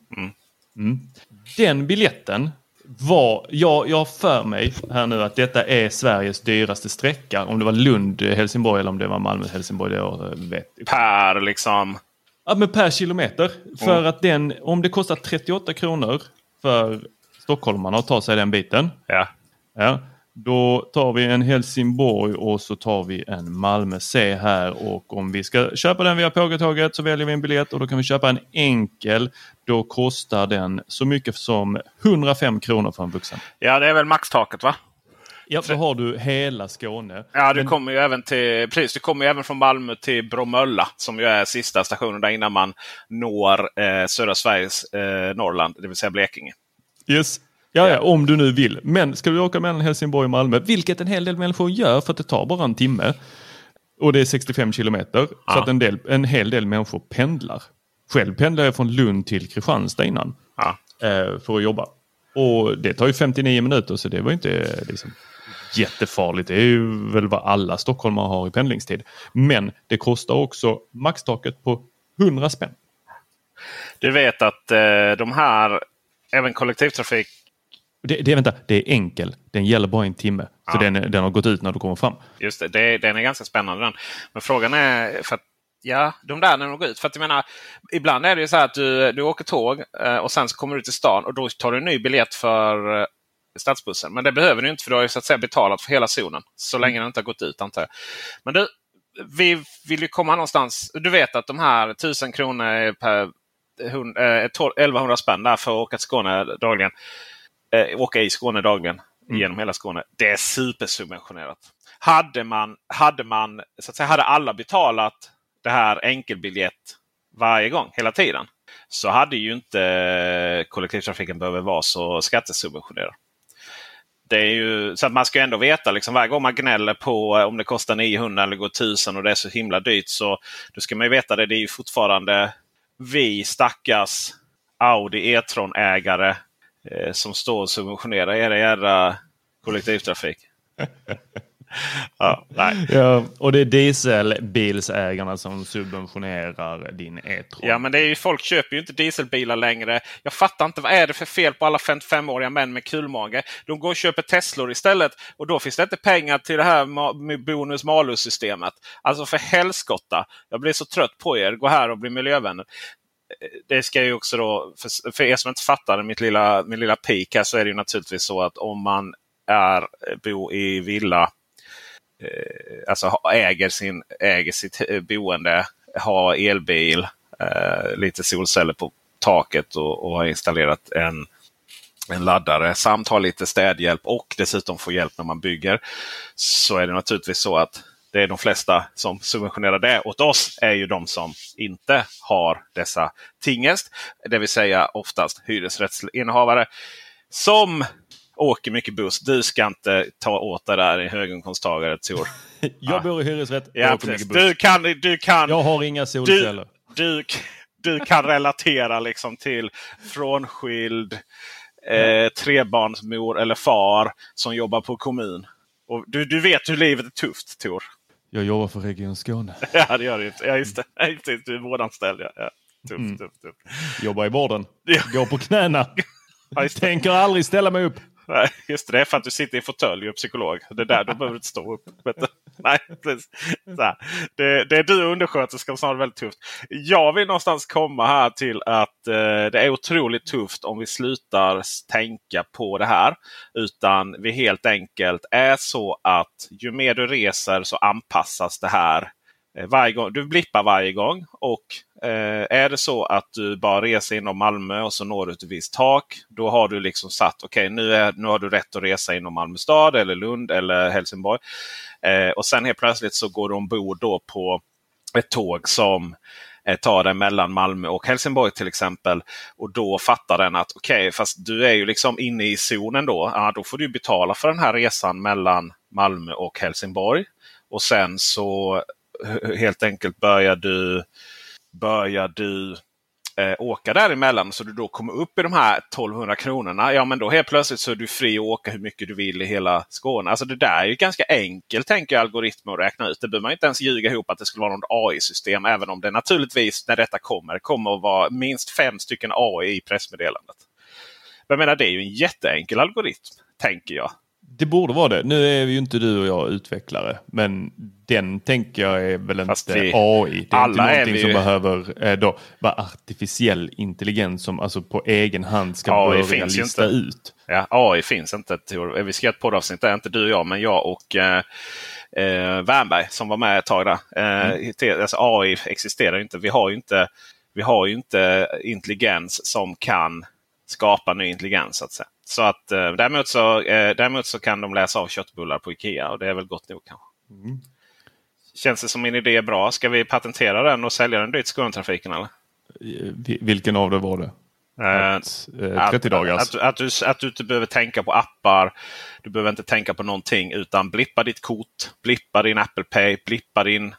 [SPEAKER 5] Den biljetten var, jag för mig här nu att detta är Sveriges dyraste sträcka. Om det var Lund-Helsingborg eller om det var Malmö-Helsingborg, det vet jag.
[SPEAKER 4] Per liksom?
[SPEAKER 5] Ja, men per kilometer. För att om det kostar 38 kronor för stockholmarna att ta sig den biten. Ja. Då tar vi en Helsingborg och så tar vi en Malmö C här. Och om vi ska köpa den via Pågatåget så väljer vi en biljett och då kan vi köpa en enkel. Då kostar den så mycket som 105 kronor för en vuxen. Ja, det är väl maxtaket, va? Ja, då har du hela Skåne.
[SPEAKER 4] Ja, du kommer ju även du kommer ju även från Malmö till Bromölla som ju är sista stationen där innan man når södra Sveriges Norrland, det vill säga Blekinge.
[SPEAKER 5] Yes. Ja, om du nu vill. Men ska du åka mellan Helsingborg och Malmö, vilket en hel del människor gör för att det tar bara en timme. Och det är 65 kilometer. Så att en hel del människor pendlar. Själv pendlar jag från Lund till Kristianstad innan. För att jobba. Och det tar ju 59 minuter så det var inte liksom jättefarligt. Det är ju väl vad alla stockholmare har i pendlingstid. Men det kostar också maxtaket på 100 spänn.
[SPEAKER 4] Du vet att de här, även kollektivtrafik.
[SPEAKER 5] Det är enkel. Den gäller bara en timme. Så den har gått ut när du kommer fram.
[SPEAKER 4] Just det, den är ganska spännande den. Men frågan är, för att, de där när de går ut. För att jag menar, ibland är det ju så här att du åker tåg och sen så kommer du till stan och då tar du en ny biljett för stadsbussen. Men det behöver du inte för du har ju så att säga betalat för hela zonen. Så länge den inte har gått ut, antar jag. Men vi vill ju komma någonstans. Du vet att de här 1000 kronor per 1100 spänn där för att åka till Skåne dagligen. Åka i Skåne dagligen genom hela Skåne. Det är supersubventionerat. Hade alla betalat det här enkelbiljett varje gång, hela tiden, så hade ju inte kollektivtrafiken behöver vara så skattesubventionerad. Det är ju så att man ska ändå veta liksom, varje gång man gnäller på om det kostar 900 eller går 1000 och det är så himla dyrt, så då ska man ju veta det är ju fortfarande vi stackars Audi e-tron-ägare som står och subventionerar era kollektivtrafik.
[SPEAKER 5] Och det är dieselbilsägarna som subventionerar din e-tron.
[SPEAKER 4] Ja, men det är ju, folk köper ju inte dieselbilar längre. Jag fattar inte, vad är det för fel på alla 55-åriga män med kulmage? De går och köper Teslor istället och då finns det inte pengar till det här bonus-malus-systemet. Alltså för helskotta. Jag blir så trött på er. Gå här och bli miljövänner. Det ska ju också då, för er som inte fattar min lilla pik här, så är det ju naturligtvis så att om man bor i villa, alltså äger sitt boende, har elbil, lite solceller på taket och har installerat en laddare samt har lite städhjälp och dessutom får hjälp när man bygger, så är det naturligtvis så att det är de flesta som subventionerar det åt oss är ju de som inte har dessa tingest. Det vill säga oftast hyresrättsinnehavare som åker mycket buss. Du ska inte ta åt det där i höginkomsttagare, Tor.
[SPEAKER 5] Jag bor i hyresrätt.
[SPEAKER 4] Ja, du kan.
[SPEAKER 5] Jag har inga solceller.
[SPEAKER 4] Du kan relatera liksom till frånskild trebarnsmor eller far som jobbar på kommun. Och du vet hur livet är tufft, Tor.
[SPEAKER 5] Jag jobbar för Region Skåne.
[SPEAKER 4] Ja, det gör du inte. Ja, just det. Du är vårdanställd. Ja. Tuff.
[SPEAKER 5] Jobbar i vården. Går på knäna. Tänker aldrig ställa mig upp.
[SPEAKER 4] Nej, just det är för att du sitter i fåtölj och psykolog. Det är där du behöver inte stå upp. Nej, det är du undersköterskan som har det väldigt tufft. Jag vill någonstans komma här till att det är otroligt tufft om vi slutar tänka på det här. Utan vi helt enkelt är så att ju mer du reser så anpassas det här. Varje gång, du blippar varje gång och är det så att du bara reser inom Malmö och så når du ett visst tak, då har du liksom satt nu har du rätt att resa inom Malmö stad eller Lund eller Helsingborg. Och sen helt plötsligt så går du ombord då på ett tåg som tar dig mellan Malmö och Helsingborg till exempel. Och då fattar den att fast du är ju liksom inne i zonen då. Då får du betala för den här resan mellan Malmö och Helsingborg. Och sen så helt enkelt börjar du åka däremellan så du då kommer upp i de här 1200 kronorna. Ja, men då helt plötsligt så är du fri att åka hur mycket du vill i hela Skåne. Alltså det där är ju ganska enkelt, tänker jag, algoritmer att räkna ut. Det behöver man inte ens ljuga ihop att det skulle vara något AI-system, även om det naturligtvis när detta kommer att vara minst 5 stycken AI i pressmeddelandet. Jag menar, det är ju en jätteenkel algoritm, tänker jag.
[SPEAKER 5] Det borde vara det. Nu är ju inte du och jag utvecklare, men den tänker jag är väl inte AI. Det är inte någonting som behöver då vara artificiell intelligens som alltså på egen hand ska
[SPEAKER 4] AI
[SPEAKER 5] börja lista ut.
[SPEAKER 4] Ja, AI finns inte. Vi ska ett poddavsnitt, det är inte du och jag, men jag och Wernberg som var med ett tag där. Alltså AI existerar inte. Vi har ju inte intelligens som kan skapa ny intelligens, så att säga. Så att däremot så kan de läsa av köttbullar på Ikea, och det är väl gott nog kanske. Känns det som min idé är bra? Ska vi patentera den och sälja den dyrt till Skånetrafiken, eller?
[SPEAKER 5] Vilken av det var det? 30 dagars.
[SPEAKER 4] Att du inte behöver tänka på appar. Du behöver inte tänka på någonting, utan blippa ditt kort, blippa din Apple Pay, blippa din...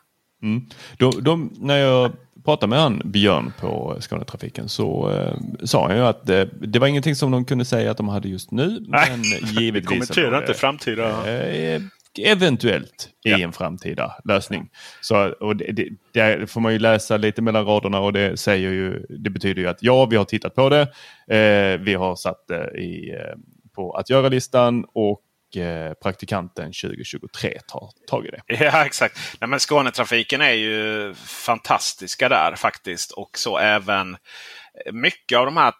[SPEAKER 5] När jag pratade med han Björn på Skånetrafiken så sa han ju att det var ingenting som de kunde säga att de hade just nu. Men givetvis
[SPEAKER 4] kommenterar inte framtida...
[SPEAKER 5] Eventuellt i en framtida lösning. Så, och det får man ju läsa lite mellan raderna, och det betyder ju att vi har tittat på det. Vi har satt det på att göra-listan, och praktikanten 2023 tar tag i det.
[SPEAKER 4] Ja, exakt. Nej, men Skånetrafiken är ju fantastiska där faktiskt. Och så även mycket av de här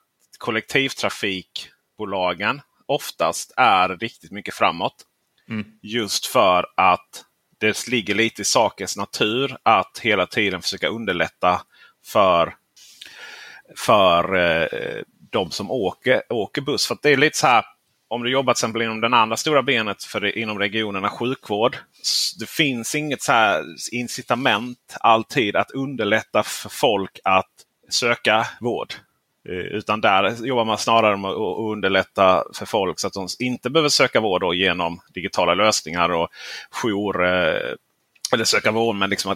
[SPEAKER 4] kollektivtrafikbolagen oftast är riktigt mycket framåt. Just för att det ligger lite i sakens natur att hela tiden försöka underlätta för de som åker buss. För att det är lite så här, om du jobbar till exempel inom den andra stora benet inom regionerna sjukvård. Det finns inget så här incitament alltid att underlätta för folk att söka vård. Utan där jobbar man snarare med att underlätta för folk så att de inte behöver söka vård då genom digitala lösningar och jour eller söka vård, men liksom att...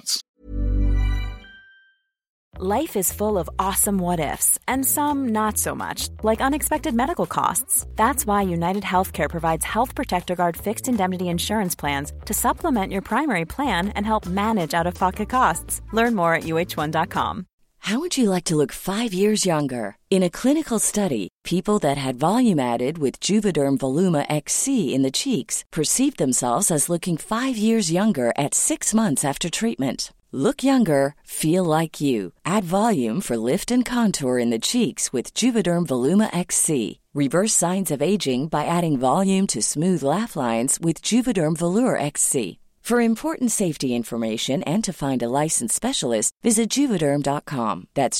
[SPEAKER 2] Life is full of awesome what-ifs, and some not so much, like unexpected medical costs. That's why United Healthcare provides Health Protector Guard fixed indemnity insurance plans to supplement your primary plan and help manage out-of-pocket costs. Learn more at uh1.com.
[SPEAKER 6] How would you like to look 5 years younger? In a clinical study, people that had volume added with Juvederm Voluma XC in the cheeks perceived themselves as looking 5 years younger at 6 months after treatment. Look younger, feel like you. Add volume for lift and contour in the cheeks with Juvederm Voluma XC. Reverse signs of aging by adding volume to smooth laugh lines with Juvederm Volure XC. For important safety information and to find a licensed specialist, visit Juvederm.com. That's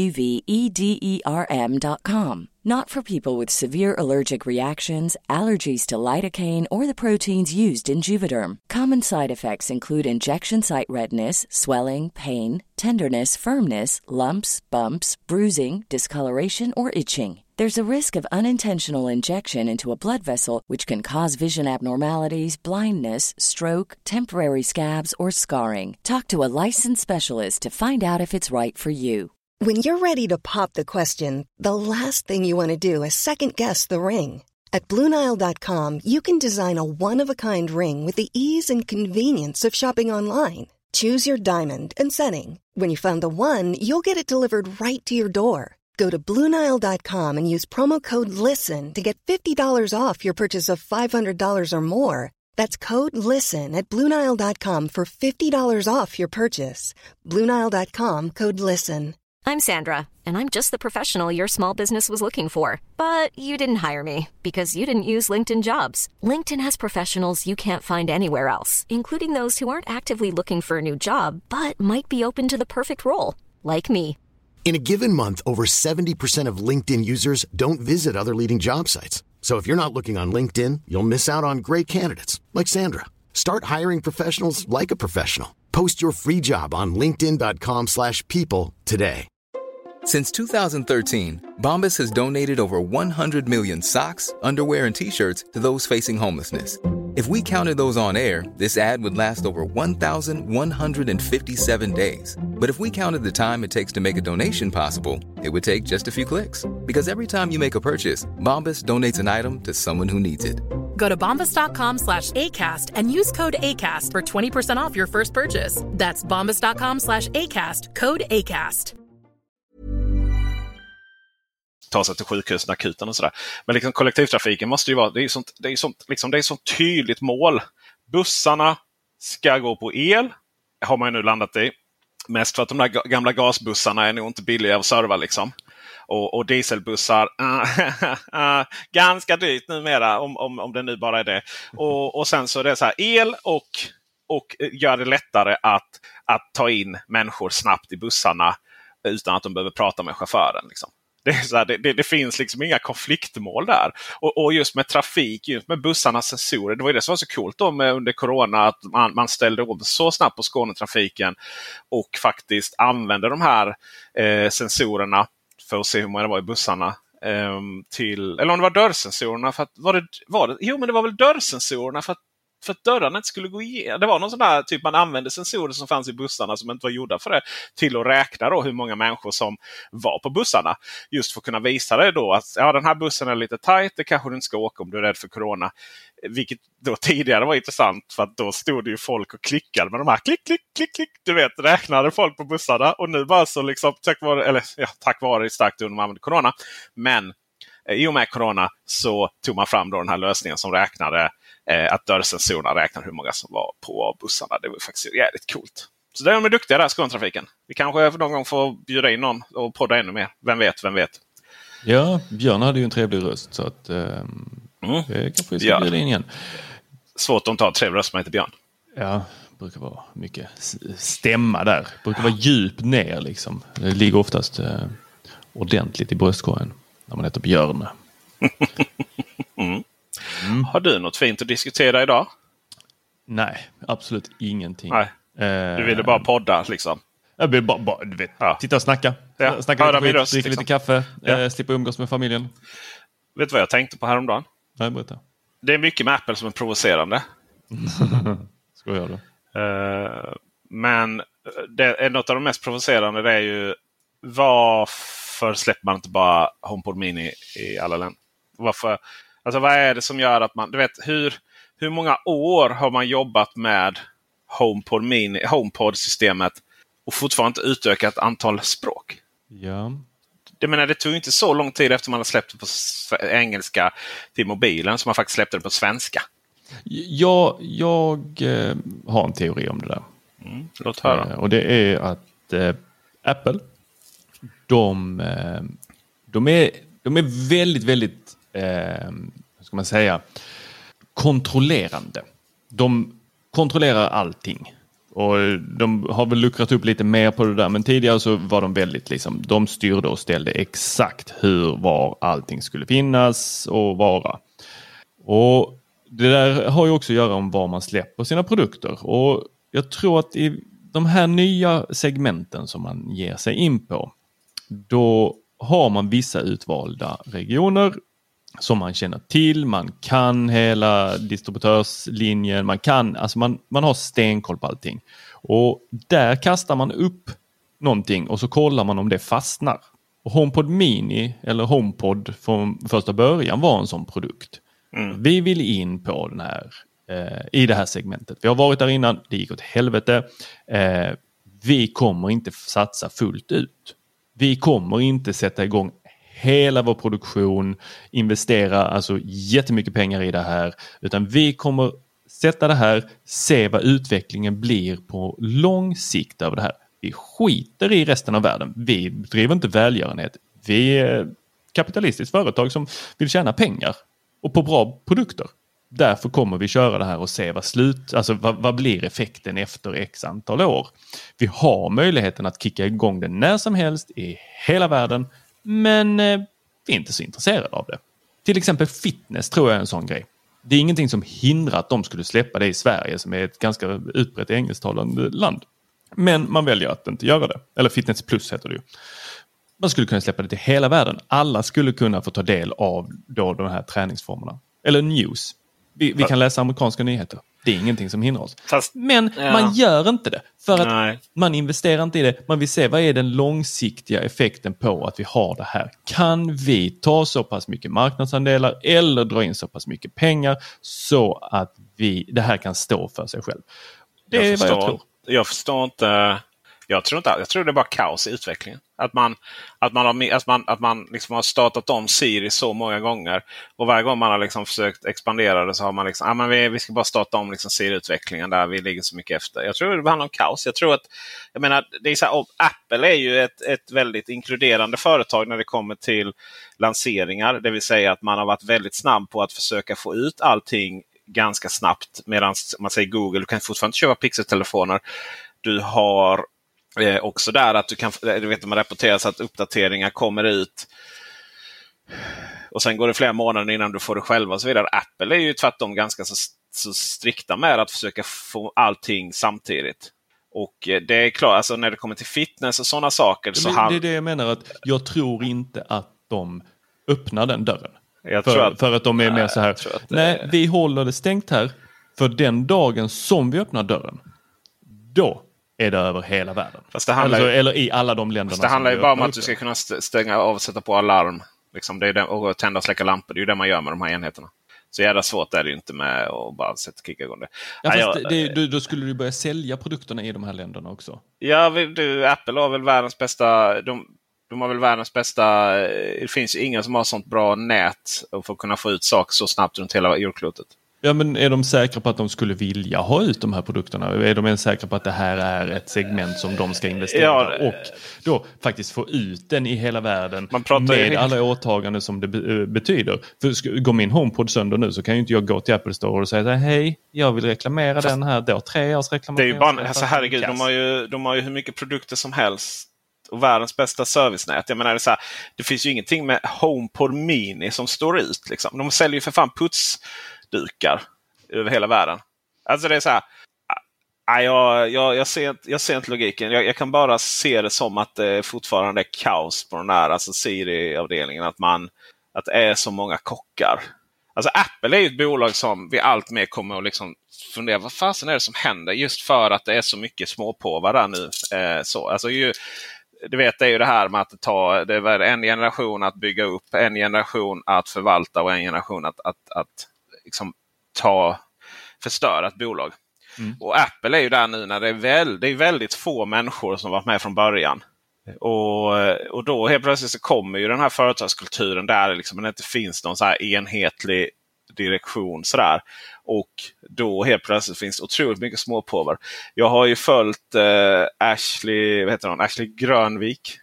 [SPEAKER 6] JUVEDERM.com. Not for people with severe allergic reactions, allergies to lidocaine, or the proteins used in Juvederm. Common side effects include injection site redness, swelling, pain, tenderness, firmness, lumps, bumps, bruising, discoloration, or itching. There's a risk of unintentional injection into a blood vessel, which can cause vision abnormalities, blindness, stroke, temporary scabs, or scarring. Talk to a licensed specialist to find out if it's right for you.
[SPEAKER 1] When you're ready to pop the question, the last thing you want to do is second-guess the ring. At BlueNile.com, you can design a one-of-a-kind ring with the ease and convenience of shopping online. Choose your diamond and setting. When you find the one, you'll get it delivered right to your door. Go to BlueNile.com and use promo code LISTEN to get $50 off your purchase of $500 or more. That's code LISTEN at BlueNile.com for $50 off your purchase. BlueNile.com, code LISTEN.
[SPEAKER 7] I'm Sandra, and I'm just the professional your small business was looking for. But you didn't hire me because you didn't use LinkedIn Jobs. LinkedIn has professionals you can't find anywhere else, including those who aren't actively looking for a new job, but might be open to the perfect role, like me.
[SPEAKER 8] In a given month, over 70% of LinkedIn users don't visit other leading job sites. So if you're not looking on LinkedIn, you'll miss out on great candidates like Sandra. Start hiring professionals like a professional. Post your free job on linkedin.com/people today.
[SPEAKER 9] Since 2013, Bombas has donated over 100 million socks, underwear, and T-shirts to those facing homelessness. If we counted those on air, this ad would last over 1,157 days. But if we counted the time it takes to make a donation possible, it would take just a few clicks. Because every time you make a purchase, Bombas donates an item to someone who needs it.
[SPEAKER 10] Go to bombas.com/ACAST and use code ACAST for 20% off your first purchase. That's bombas.com/ACAST, code ACAST.
[SPEAKER 4] Ta sig till sjukhusen, akuten och sådär. Men liksom kollektivtrafiken måste ju vara, det är ett sånt tydligt mål. Bussarna ska gå på el, har man ju nu landat i. Mest för att de där gamla gasbussarna är nog inte billiga att serva liksom. Och dieselbussar, ganska dyrt numera om det nu bara är det. Och sen så är det så här el och gör det lättare att ta in människor snabbt i bussarna utan att de behöver prata med chauffören liksom. Det är så här, det finns liksom inga konfliktmål där. Och just med trafik, just med bussarnas sensorer. Det var ju det som var så coolt då under corona. Att man ställde om så snabbt på Skånetrafiken. Och faktiskt använde de här sensorerna för att se hur många det var i bussarna. Eller om det var dörrsensorerna. Jo, men det var väl dörrsensorerna för att dörrarna inte skulle gå igenom. Det var någon sån där typ man använde sensorer som fanns i bussarna som inte var gjorda för det. Till att räkna då hur många människor som var på bussarna. Just för att kunna visa det då att ja, den här bussen är lite tajt. Det kanske du inte ska åka om du är rädd för corona. Vilket då tidigare var intressant för att då stod det ju folk och klickade med de här klick. Du vet, räknade folk på bussarna. Och nu bara så liksom tack vare starkt under man använde corona. Men i och med corona så tog man fram då den här lösningen som räknade att dörrsensorerna räknar hur många som var på bussarna. Det var faktiskt jävligt coolt. Så där är de duktiga där, Skånetrafiken. Vi kanske någon gång får bjuda in någon och podda ännu mer. Vem vet?
[SPEAKER 5] Ja, Björn hade ju en trevlig röst så att det kanske vi ska bjuda in igen.
[SPEAKER 4] Svårt att ta en trevlig röst som heter Björn.
[SPEAKER 5] Ja, brukar vara mycket stämma där. Brukar vara djupt ner liksom. Det ligger oftast ordentligt i bröstkorgen när man heter Björn.
[SPEAKER 4] Har du något fint att diskutera idag?
[SPEAKER 5] Nej, absolut ingenting.
[SPEAKER 4] Nej. Du ville bara podda liksom.
[SPEAKER 5] Jag vill bara du vet, titta och snacka.
[SPEAKER 4] Ja.
[SPEAKER 5] Snacka lite
[SPEAKER 4] röst,
[SPEAKER 5] dricka
[SPEAKER 4] liksom.
[SPEAKER 5] lite kaffe, slippa umgås med familjen.
[SPEAKER 4] Vet du vad jag tänkte på häromdagen?
[SPEAKER 5] Nej, berätta.
[SPEAKER 4] Det är mycket med Apple som är provocerande.
[SPEAKER 5] Ska jag då?
[SPEAKER 4] Men något av de mest provocerande det är ju varför släpper man inte bara HomePod Mini i alla länder? Varför? Alltså vad är det som gör att man... Du vet, hur många år har man jobbat med HomePod Mini, HomePod-systemet och fortfarande inte utökat antal språk?
[SPEAKER 5] Ja.
[SPEAKER 4] Det tog inte så lång tid efter man hade släppt det på engelska till mobilen som man faktiskt släppte det på svenska.
[SPEAKER 5] Jag har en teori om det där.
[SPEAKER 4] Låt höra.
[SPEAKER 5] Och det är att Apple de är väldigt, väldigt hur ska man säga, kontrollerande. De kontrollerar allting. Och de har väl luckrat upp lite mer på det där. Men tidigare så var de väldigt liksom, de styrde och ställde exakt var allting skulle finnas och vara. Och det där har ju också att göra om var man släpper sina produkter. Och jag tror att i de här nya segmenten som man ger sig in på, då har man vissa utvalda regioner som man känner till, man kan hela distributörslinjen, man har stenkoll på allting. Och där kastar man upp någonting och så kollar man om det fastnar. Och HomePod Mini eller HomePod från första början var en sån produkt. Vi vill in på den här i det här segmentet. Vi har varit där innan, det gick åt helvete. Vi kommer inte satsa fullt ut. Vi kommer inte sätta igång hela vår produktion, investera alltså jättemycket pengar i det här, utan vi kommer sätta det här, se vad utvecklingen blir på lång sikt över det här. Vi skiter i resten av världen. Vi driver inte välgörenhet. Vi är kapitalistiskt företag som vill tjäna pengar och på bra produkter. Därför kommer vi köra det här och se vad blir effekten efter x antal år. Vi har möjligheten att kicka igång det när som helst i hela världen, men vi är inte så intresserade av det. Till exempel fitness tror jag är en sån grej. Det är ingenting som hindrar att de skulle släppa det i Sverige som är ett ganska utbrett engelsktalande land. Men man väljer att inte göra det. Eller Fitness Plus heter det ju. Man skulle kunna släppa det till hela världen. Alla skulle kunna få ta del av då de här träningsformerna. Eller news. Vi kan läsa amerikanska nyheter. Det är ingenting som hindrar oss. Men man gör inte det. För att man investerar inte i det. Man vill se vad är den långsiktiga effekten på att vi har det här. Kan vi ta så pass mycket marknadsandelar eller dra in så pass mycket pengar så att det här kan stå för sig själv. Det är vad jag tror.
[SPEAKER 4] Jag förstår inte. Jag tror det är bara kaos i utvecklingen. Att man liksom har startat om Siri så många gånger. Och varje gång man har liksom försökt expandera det så har man liksom, vi ska bara starta om liksom Siri-utvecklingen där vi ligger så mycket efter. Jag tror det handlar om kaos. Jag menar, det är så här, Apple är ju ett väldigt inkluderande företag när det kommer till lanseringar. Det vill säga att man har varit väldigt snabb på att försöka få ut allting ganska snabbt. Medan man säger Google, du kan fortfarande inte köpa Pixel-telefoner. Du har också där att du vet man rapporterar så att uppdateringar kommer ut och sen går det flera månader innan du får det själva och så vidare. Apple är ju tvärtom ganska så strikta med att försöka få allting samtidigt. Och det är klart, alltså när det kommer till fitness och sådana saker. Så
[SPEAKER 5] det är det jag menar, att jag tror inte att de öppnar den dörren. För att de är mer så här, nej, vi håller det stängt här för den dagen som vi öppnar dörren. Då är det över hela världen.
[SPEAKER 4] Fast det handlar
[SPEAKER 5] eller i alla de länderna.
[SPEAKER 4] Fast det handlar ju bara om att du ska kunna stänga av och sätta på alarm. Liksom, det är det, och tända och släcka lampor. Det är ju det man gör med de här enheterna. Så jävla svårt är det ju inte med att bara kicka igång det.
[SPEAKER 5] Då skulle du börja sälja produkterna i de här länderna också.
[SPEAKER 4] Ja, Apple har väl världens bästa... De har väl världens bästa... Det finns ju ingen som har sånt bra nät och får kunna få ut saker så snabbt runt hela jordklotet.
[SPEAKER 5] Ja, men är de säkra på att de skulle vilja ha ut de här produkterna? Är de ens säkra på att det här är ett segment som de ska investera och då faktiskt få ut den i hela världen med alla åtaganden som det betyder? För går min HomePod sönder nu så kan ju inte jag gå till Apple Store och säga hej, jag vill reklamera den här. Då 3 års reklamation.
[SPEAKER 4] Det är ju bara, alltså, herregud, de har ju hur mycket produkter som helst. Och världens bästa servicenät. Jag menar, det finns ju ingenting med HomePod Mini som står ut. Liksom. De säljer ju för fan putsdukar över hela världen. Alltså det är så här. Jag ser inte logiken. Jag kan bara se det som att det fortfarande är kaos på den här Siri-avdelningen. Att det är så många kockar. Alltså Apple är ju ett bolag som vi allt mer kommer att liksom fundera, vad fasen är det som händer? Just för att det är så mycket småpåvar där nu. Alltså du vet, det är ju det här med att det är en generation att bygga upp, en generation att förvalta och en generation att liksom förstöra ett bolag. Mm. Och Apple är ju där nu när det är väldigt få människor som varit med från början. Och då helt plötsligt så kommer ju den här företagskulturen där liksom det inte finns någon så här enhetlig direktion sådär. Och då helt plötsligt finns otroligt mycket småpåvar. Jag har ju följt Ashley Grönvik.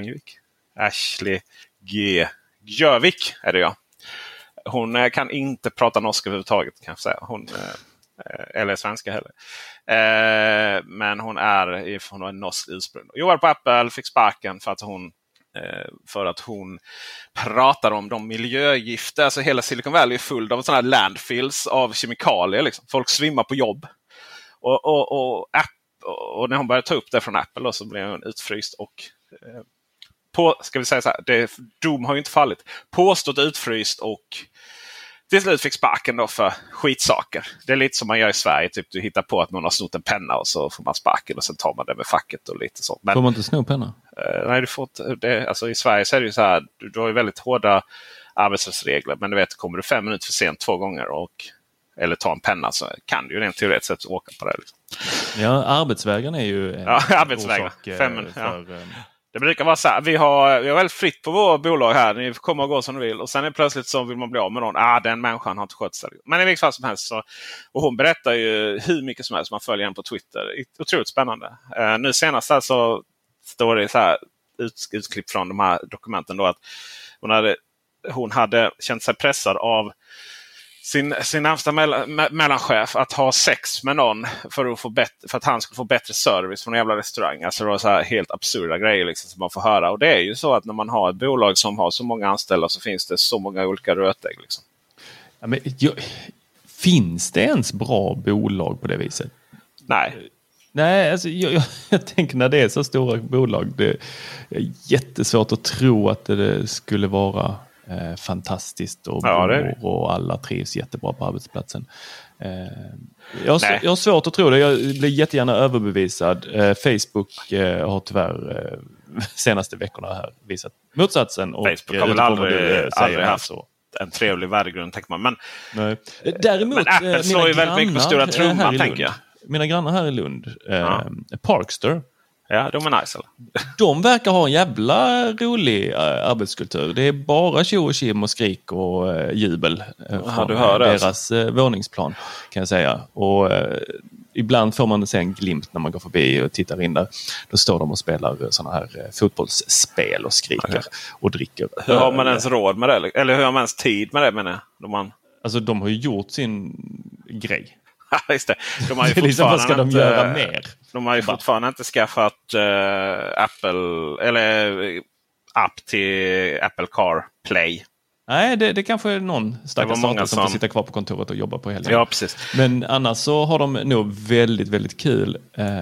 [SPEAKER 4] Ashley G. Gjövik är det jag. Hon kan inte prata norska överhuvudtaget kan jag säga. Eller svenska heller. Men hon har en norsk ursprung. Jobbar på Apple, fick sparken för att hon pratar om de miljögifter. Alltså hela Silicon Valley är full av sådana här landfills av kemikalier. Liksom. Folk svimmar på jobb. Och när hon började ta upp det från Apple så blev hon utfryst. Och ska vi säga så här, dom har ju inte fallit. Påstått utfryst och till slut fick sparken då för skitsaker. Det är lite som man gör i Sverige. Typ du hittar på att någon har snott en penna och så får man sparken och sen tar man det med facket och lite så. Men,
[SPEAKER 5] får man inte sno penna?
[SPEAKER 4] Nej, du får inte. Alltså i Sverige så är det ju så här. Du har ju väldigt hårda arbetsrättsregler. Men du vet, kommer du 5 minuter för sent 2 gånger eller ta en penna så kan du ju rent teoretiskt sett åka på det. Liksom.
[SPEAKER 5] Ja, arbetsvägen är ju
[SPEAKER 4] arbetsvägen. Det brukar vara så här, vi har väldigt fritt på våra bolag här. Ni får komma och gå som ni vill. Och sen är plötsligt så vill man bli av med någon. Den människan har inte skött sig. Men i vilket fall som helst så. Och hon berättar ju hur mycket som helst. Man följer henne på Twitter. Otroligt spännande. Nu senast här så står det så här utklipp från de här dokumenten då. Att hon hade känt sig pressad av sin närmsta mellanchef att ha sex med någon för att han skulle få bättre service från en jävla restaurang. Alltså det var så här helt absurda grejer liksom, som man får höra. Och det är ju så att när man har ett bolag som har så många anställda så finns det så många olika rötägg. Liksom.
[SPEAKER 5] Ja, men, finns det ens bra bolag på det viset? Nej, alltså, jag tänker när det är så stora bolag, det är jättesvårt att tro att det skulle vara fantastiskt och och alla trivs jättebra på arbetsplatsen. Jag har svårt att tro det. Jag blir jättegärna överbevisad. Facebook har tyvärr senaste veckorna här visat motsatsen. Och
[SPEAKER 4] Facebook har väl aldrig haft en trevlig värdegrund, tänker man. Men,
[SPEAKER 5] däremot,
[SPEAKER 4] men Apple slår ju väldigt mycket på stora trumman, tänker jag.
[SPEAKER 5] Mina grannar här i Lund, Parkster.
[SPEAKER 4] Ja, de är nice. Eller?
[SPEAKER 5] De verkar ha en jävla rolig arbetskultur. Det är bara tjo och kim och skrik och jubel från deras våningsplan, kan jag säga. Och ibland får man se en glimt när man går förbi och tittar in där. Då står de och spelar såna här fotbollsspel och skriker och dricker.
[SPEAKER 4] Hur har man ens råd med det? Eller hur har man ens tid med det, menar jag?
[SPEAKER 5] Alltså, de har ju gjort sin grej.
[SPEAKER 4] Just det. De har ju
[SPEAKER 5] liksom, vad ska de göra mer?
[SPEAKER 4] De har ju fortfarande inte skaffat Apple eller app till Apple CarPlay.
[SPEAKER 5] Nej, det kanske är någon stackars som får sitta kvar på kontoret och jobba på helgen.
[SPEAKER 4] Ja, precis.
[SPEAKER 5] Men annars så har de nog väldigt, väldigt kul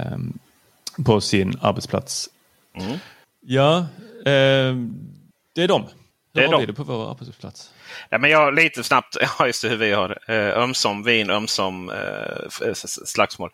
[SPEAKER 5] på sin arbetsplats.
[SPEAKER 4] Mm.
[SPEAKER 5] Ja, det är de. Hur har vi det på vår arbetsplats?
[SPEAKER 4] Ja, men jag lite snabbt, just det, hur vi har ömsom vin, ömsom slagsmål.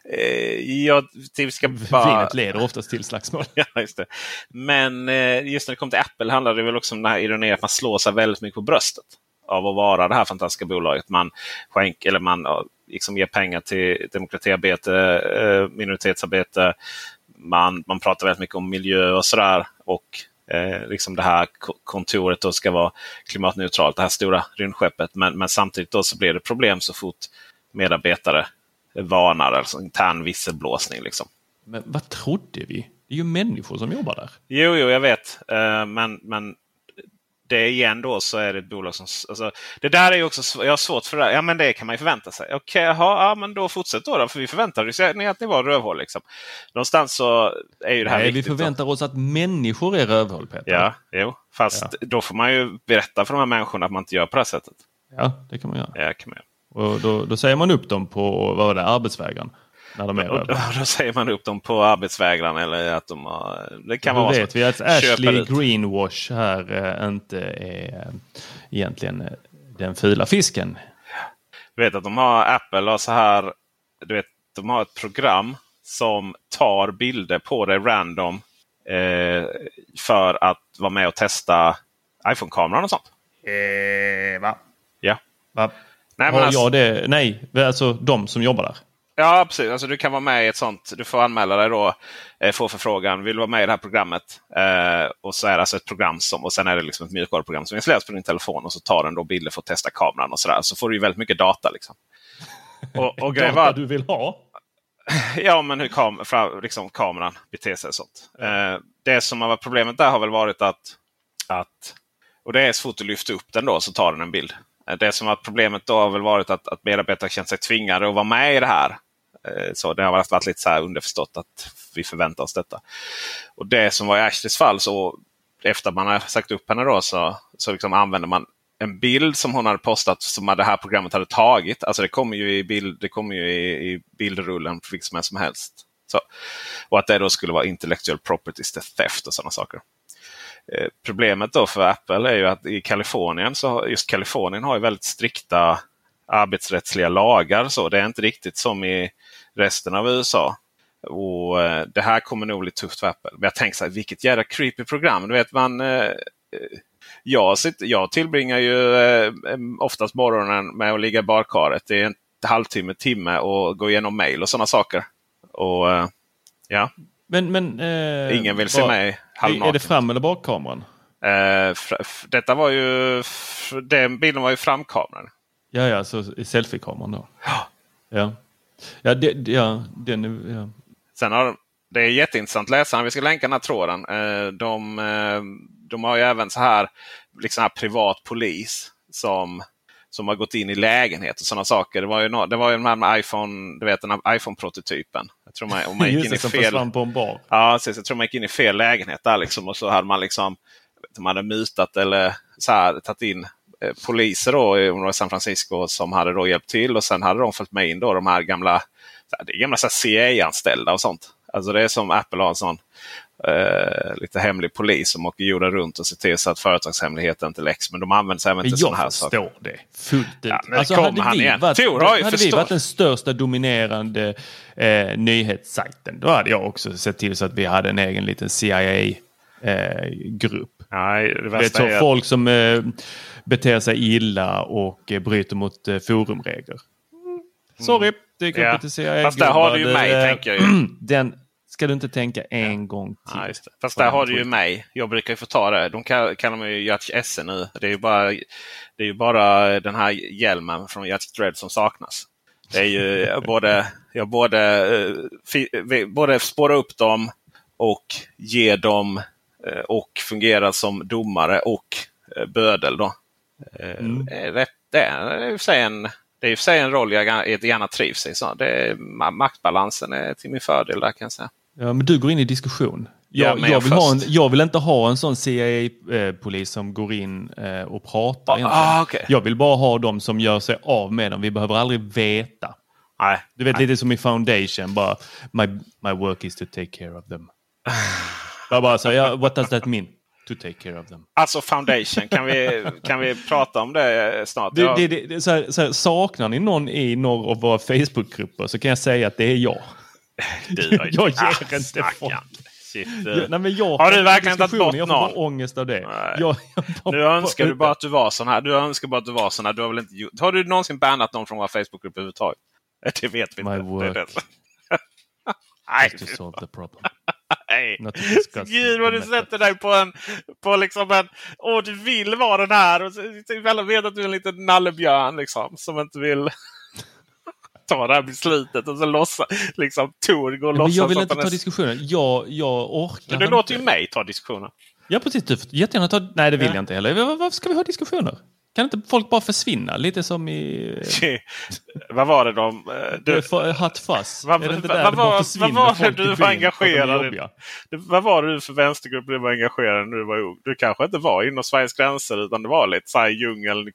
[SPEAKER 5] Vinet leder oftast till slagsmål.
[SPEAKER 4] Ja, just det. Men just när det kommer till Apple handlar det väl också om den här ironin att man slår sig väldigt mycket på bröstet av att vara det här fantastiska bolaget. Man liksom ger pengar till demokratiarbete, minoritetsarbete. Man pratar väldigt mycket om miljö och sådär, och liksom det här kontoret då ska vara klimatneutralt, det här stora rymdskeppet, men samtidigt då så blir det problem så fort medarbetare varnar, alltså intern visselblåsning liksom.
[SPEAKER 5] Men vad trodde vi? Det är ju människor som jobbar där.
[SPEAKER 4] Jo, jag vet, men det igen då så är det ett bolag som, alltså, det där är ju också, jag har svårt för det. Ja, men det kan man ju förvänta sig. Okej, ja, men då fortsätt då, för vi förväntar oss att ni var rövhål liksom. Någonstans så är ju det här viktigt.
[SPEAKER 5] Vi förväntar oss att människor är rövhål, Peter.
[SPEAKER 4] Ja, jo. Fast då får man ju berätta för de här människorna att man inte gör på det här sättet.
[SPEAKER 5] Ja, det kan man göra.
[SPEAKER 4] Ja, kan man göra.
[SPEAKER 5] Och då säger man upp dem på, vad var det, arbetsvägaren? När de är
[SPEAKER 4] då säger man upp dem på arbetsvägran, eller att de har, det kan vara.
[SPEAKER 5] Då vet vi att Ashley Greenwash här inte är egentligen den fula fisken.
[SPEAKER 4] Du vet att de har Apple och så här, du vet, de har ett program som tar bilder på dig random för att vara med och testa iPhone-kameran och sånt.
[SPEAKER 5] Va?
[SPEAKER 4] Ja.
[SPEAKER 5] Va? Nej, men alltså, nej, alltså de som jobbar där.
[SPEAKER 4] Ja, precis. Alltså, du kan vara med i ett sånt. Du får anmäla dig då. Få förfrågan. Vill du vara med i det här programmet? Och så är det alltså ett program och sen är det liksom ett mjukvaruprogram som installeras på din telefon. Och så tar den då bilder för att testa kameran och sådär. Så får du ju väldigt mycket data liksom. Och
[SPEAKER 5] data du vill ha?
[SPEAKER 4] Ja, men hur liksom kameran beter sig och sånt. Det som har varit problemet där har väl varit att och det är så fort du lyfter upp den då så tar den en bild. Det som var problemet då har väl varit att medarbetare känt sig tvingade att vara med i det här. Så det har varit lite så här underförstått att vi förväntar oss detta. Och det som var i Ashleys fall, så efter man har sagt upp henne då så liksom använder man en bild som hon hade postat som det här programmet hade tagit. Alltså det kommer ju i bildrullen för vilket som helst. Så. Och att det då skulle vara intellectual property theft och sådana saker. Problemet då för Apple är ju att i Kalifornien, så just Kalifornien har ju väldigt strikta arbetsrättsliga lagar, så det är inte riktigt som i resten av USA. Och det här kommer nog bli tufft för Apple. Men jag tänker så här, vilket jävla creepy program. Du vet, jag tillbringar ju oftast morgonen med att ligga i badkaret. Det är en timme och gå igenom mail och sådana saker. Och ja,
[SPEAKER 5] Men
[SPEAKER 4] ingen vill se mig halvnaken.
[SPEAKER 5] Är det fram- eller bakkameran?
[SPEAKER 4] Detta var ju... Den bilden var ju framkameran.
[SPEAKER 5] Ja, så selfie-kameran då. Ja. Den är... Ja.
[SPEAKER 4] Sen har det är jätteintressant läsaren. Vi ska länka den här tråden. De har ju även så här liksom här privat polis som har gått in i lägenhet och sådana saker. Det var ju den här med iPhone, du vet den här iPhone-prototypen. Jag tror man gick in i fel
[SPEAKER 5] på en bar.
[SPEAKER 4] Ja, jag tror man gick in i fel lägenhet där liksom, och så hade man liksom de hade mutat eller så här tagit in poliser då i San Francisco som hade då hjälpt till, och sen hade de följt med in då de här gamla CIA-anställda och sånt. Alltså det är som Apple har en sån lite hemlig polis som åker jorden runt och ser till så att företagshemligheten inte läcks. Men de använder sig även till sådana här saker.
[SPEAKER 5] Jag förstår det fullt ut.
[SPEAKER 4] Ja,
[SPEAKER 5] alltså hade vi varit den största dominerande nyhetssajten, då hade jag också sett till så att vi hade en egen liten CIA-grupp.
[SPEAKER 4] Nej,
[SPEAKER 5] det är folk som beter sig illa och bryter mot forumregler. Sorry, det är gruppen till CIA.
[SPEAKER 4] Fast där har du ju mig, tänker jag ju.
[SPEAKER 5] Den ska du inte tänka en gång till.
[SPEAKER 4] Ja, just det. Fast där har du ju mig. Jag brukar ju få ta det. De kallar mig ju Judge S nu. Det är ju bara den här hjälmen från Judge Dredd som saknas. Det är ju både spåra upp dem och ge dem och fungera som domare och bödel då. Det är ju för sig en roll jag gärna trivs i. Så maktbalansen är till min fördel där, kan jag säga.
[SPEAKER 5] Ja, men du går in i diskussion. Jag vill inte ha en sån CIA-polis som går in och pratar.
[SPEAKER 4] Okay.
[SPEAKER 5] Jag vill bara ha dem som gör sig av med dem. Vi behöver aldrig veta.
[SPEAKER 4] Nej.
[SPEAKER 5] Du vet, lite som i Foundation. Bara, my work is to take care of them. bara så, what does that mean? To take care of them.
[SPEAKER 4] Alltså Foundation, kan vi prata om det snart?
[SPEAKER 5] Så här, saknar ni någon i några av våra Facebookgrupper så kan jag säga att det är jag. Jag ger inte folk.
[SPEAKER 4] Har du verkligen tagit bort någon?
[SPEAKER 5] Jag får bara ångest av det.
[SPEAKER 4] Nu önskar du bara att du var sån här. Du önskar bara att du var sån här. Du har väl inte har du någonsin bannat någon från våra Facebookgrupper överhuvudtaget? Det vet vi inte.
[SPEAKER 5] My work.
[SPEAKER 4] Nej.
[SPEAKER 5] To solve the problem.
[SPEAKER 4] Nej. Gud vad du sätter dig på liksom en... du vill vara den här. Och så vet att du är en liten nallebjörn liksom. Som inte vill ta det här beslutet. Och så lossa, liksom Tor går och låtsas.
[SPEAKER 5] Men jag vill inte ta diskussionen. Jag orkar.
[SPEAKER 4] Men du låter ju mig ta diskussionen.
[SPEAKER 5] Ja, precis. Du får jättegärna ta... Nej, det vill jag inte heller. Varför ska vi ha diskussioner? Kan inte folk bara försvinna? Lite som i...
[SPEAKER 4] Vad var det de...
[SPEAKER 5] Hot Fuzz.
[SPEAKER 4] Vad var det du var engagerad i? Vad var det du för vänstergrupp du var engagerad när du var ung? Du kanske inte var inom Sveriges gränser, utan det var lite så här djungeln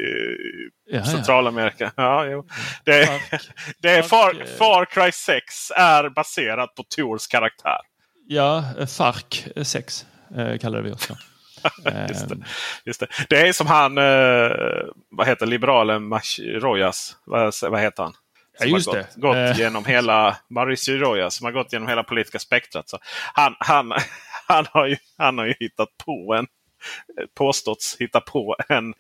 [SPEAKER 4] i Centralamerika. Ja, jo. Det är Far Cry 6 är baserat på Tors karaktär.
[SPEAKER 5] Ja, Farc 6 kallar vi oss.
[SPEAKER 4] Just det. Det är som han vad heter liberalen Rojas, vad heter han?
[SPEAKER 5] Ja, just
[SPEAKER 4] det. Gått genom hela Mauricio Rojas som har gått genom hela politiska spektrat, så han har ju hittat på påståtts hitta på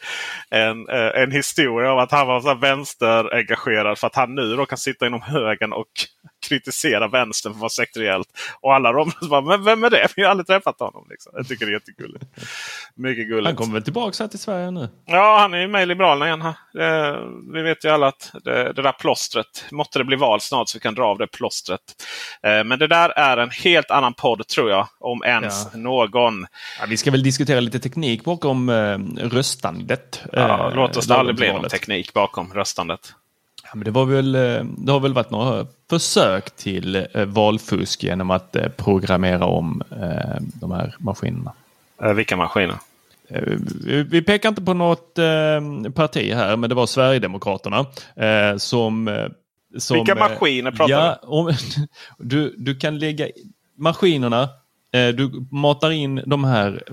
[SPEAKER 4] en historia av att han var så vänsterengagerad för att han nu då kan sitta inom högern och kritisera vänstern för att vara sektoriellt. Och alla de bara, men vem är det? Vi har aldrig träffat honom. Liksom. Jag tycker det är jättegulligt. Mycket gulligt.
[SPEAKER 5] Han kommer väl tillbaka här till Sverige nu?
[SPEAKER 4] Ja, han är ju med i Liberalerna igen här. Vi vet ju alla att det där plåstret, måtte det bli val snart så vi kan dra av det plåstret. Men det där är en helt annan podd, tror jag, om ens någon.
[SPEAKER 5] Ja, vi ska väl diskutera lite teknik bakom röstandet.
[SPEAKER 4] Ja, låt oss aldrig bli någon teknik bakom röstandet.
[SPEAKER 5] Ja, men det har väl varit några försök till valfusk genom att programmera om de här maskinerna.
[SPEAKER 4] Vilka maskiner?
[SPEAKER 5] Vi pekar inte på något parti här, men det var Sverigedemokraterna som
[SPEAKER 4] vilka maskiner pratar
[SPEAKER 5] du? Du kan lägga maskinerna. Du matar in de här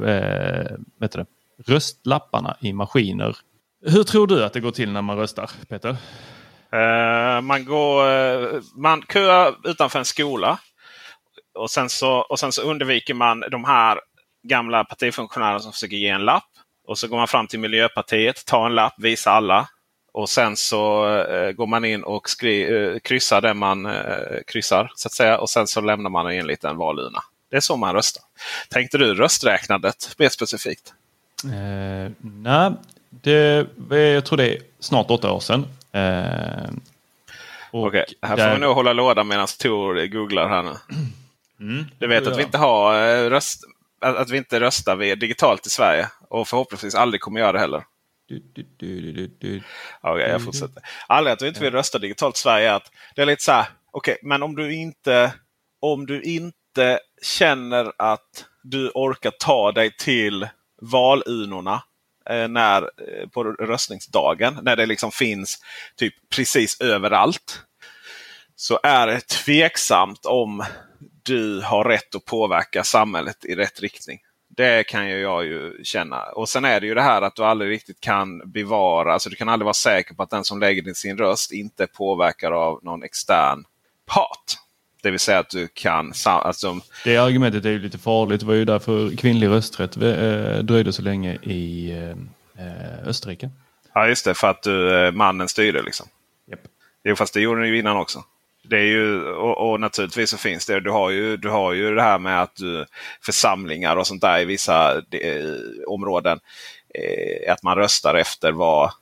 [SPEAKER 5] röstlapparna i maskiner. Hur tror du att det går till när man röstar, Peter?
[SPEAKER 4] Man köar utanför en skola och sen så undviker man de här gamla partifunktionärerna som försöker ge en lapp, och så går man fram till Miljöpartiet, tar en lapp, visar alla, Och sen så går man in och kryssar det man kryssar så att säga. Och sen så lämnar man en liten valurna. Det är så man röstar. Tänkte du rösträknandet mer specifikt?
[SPEAKER 5] Nej, jag tror det är snart 8 år sedan.
[SPEAKER 4] Okej, här får vi nog hålla låda medan Tor googlar här nu. Du vet att vi inte har att vi inte röstar digitalt i Sverige. Och förhoppningsvis aldrig kommer göra det heller. Okej, jag fortsätter. Aldrig att vi inte vill rösta digitalt i Sverige är att det är lite så här, okej, men om du inte känner att du orkar ta dig till valurnorna på röstningsdagen, när det liksom finns typ precis överallt, så är det tveksamt om du har rätt att påverka samhället i rätt riktning. Det kan jag ju känna. Och sen är det ju det här att du aldrig riktigt kan bevara, alltså du kan aldrig vara säker på att den som lägger sin röst inte påverkar av någon extern part. Det vill säga att du kan... Alltså,
[SPEAKER 5] det argumentet är ju lite farligt. Det var ju därför kvinnlig rösträtt dröjde så länge i Österrike.
[SPEAKER 4] Ja, just det. För att mannen styrde liksom.
[SPEAKER 5] Yep.
[SPEAKER 4] Jo, fast det gjorde den ju innan också. Det är ju, och naturligtvis så finns det. Du har ju det här med att församlingar och sånt där i vissa områden. Att man röstar efter vad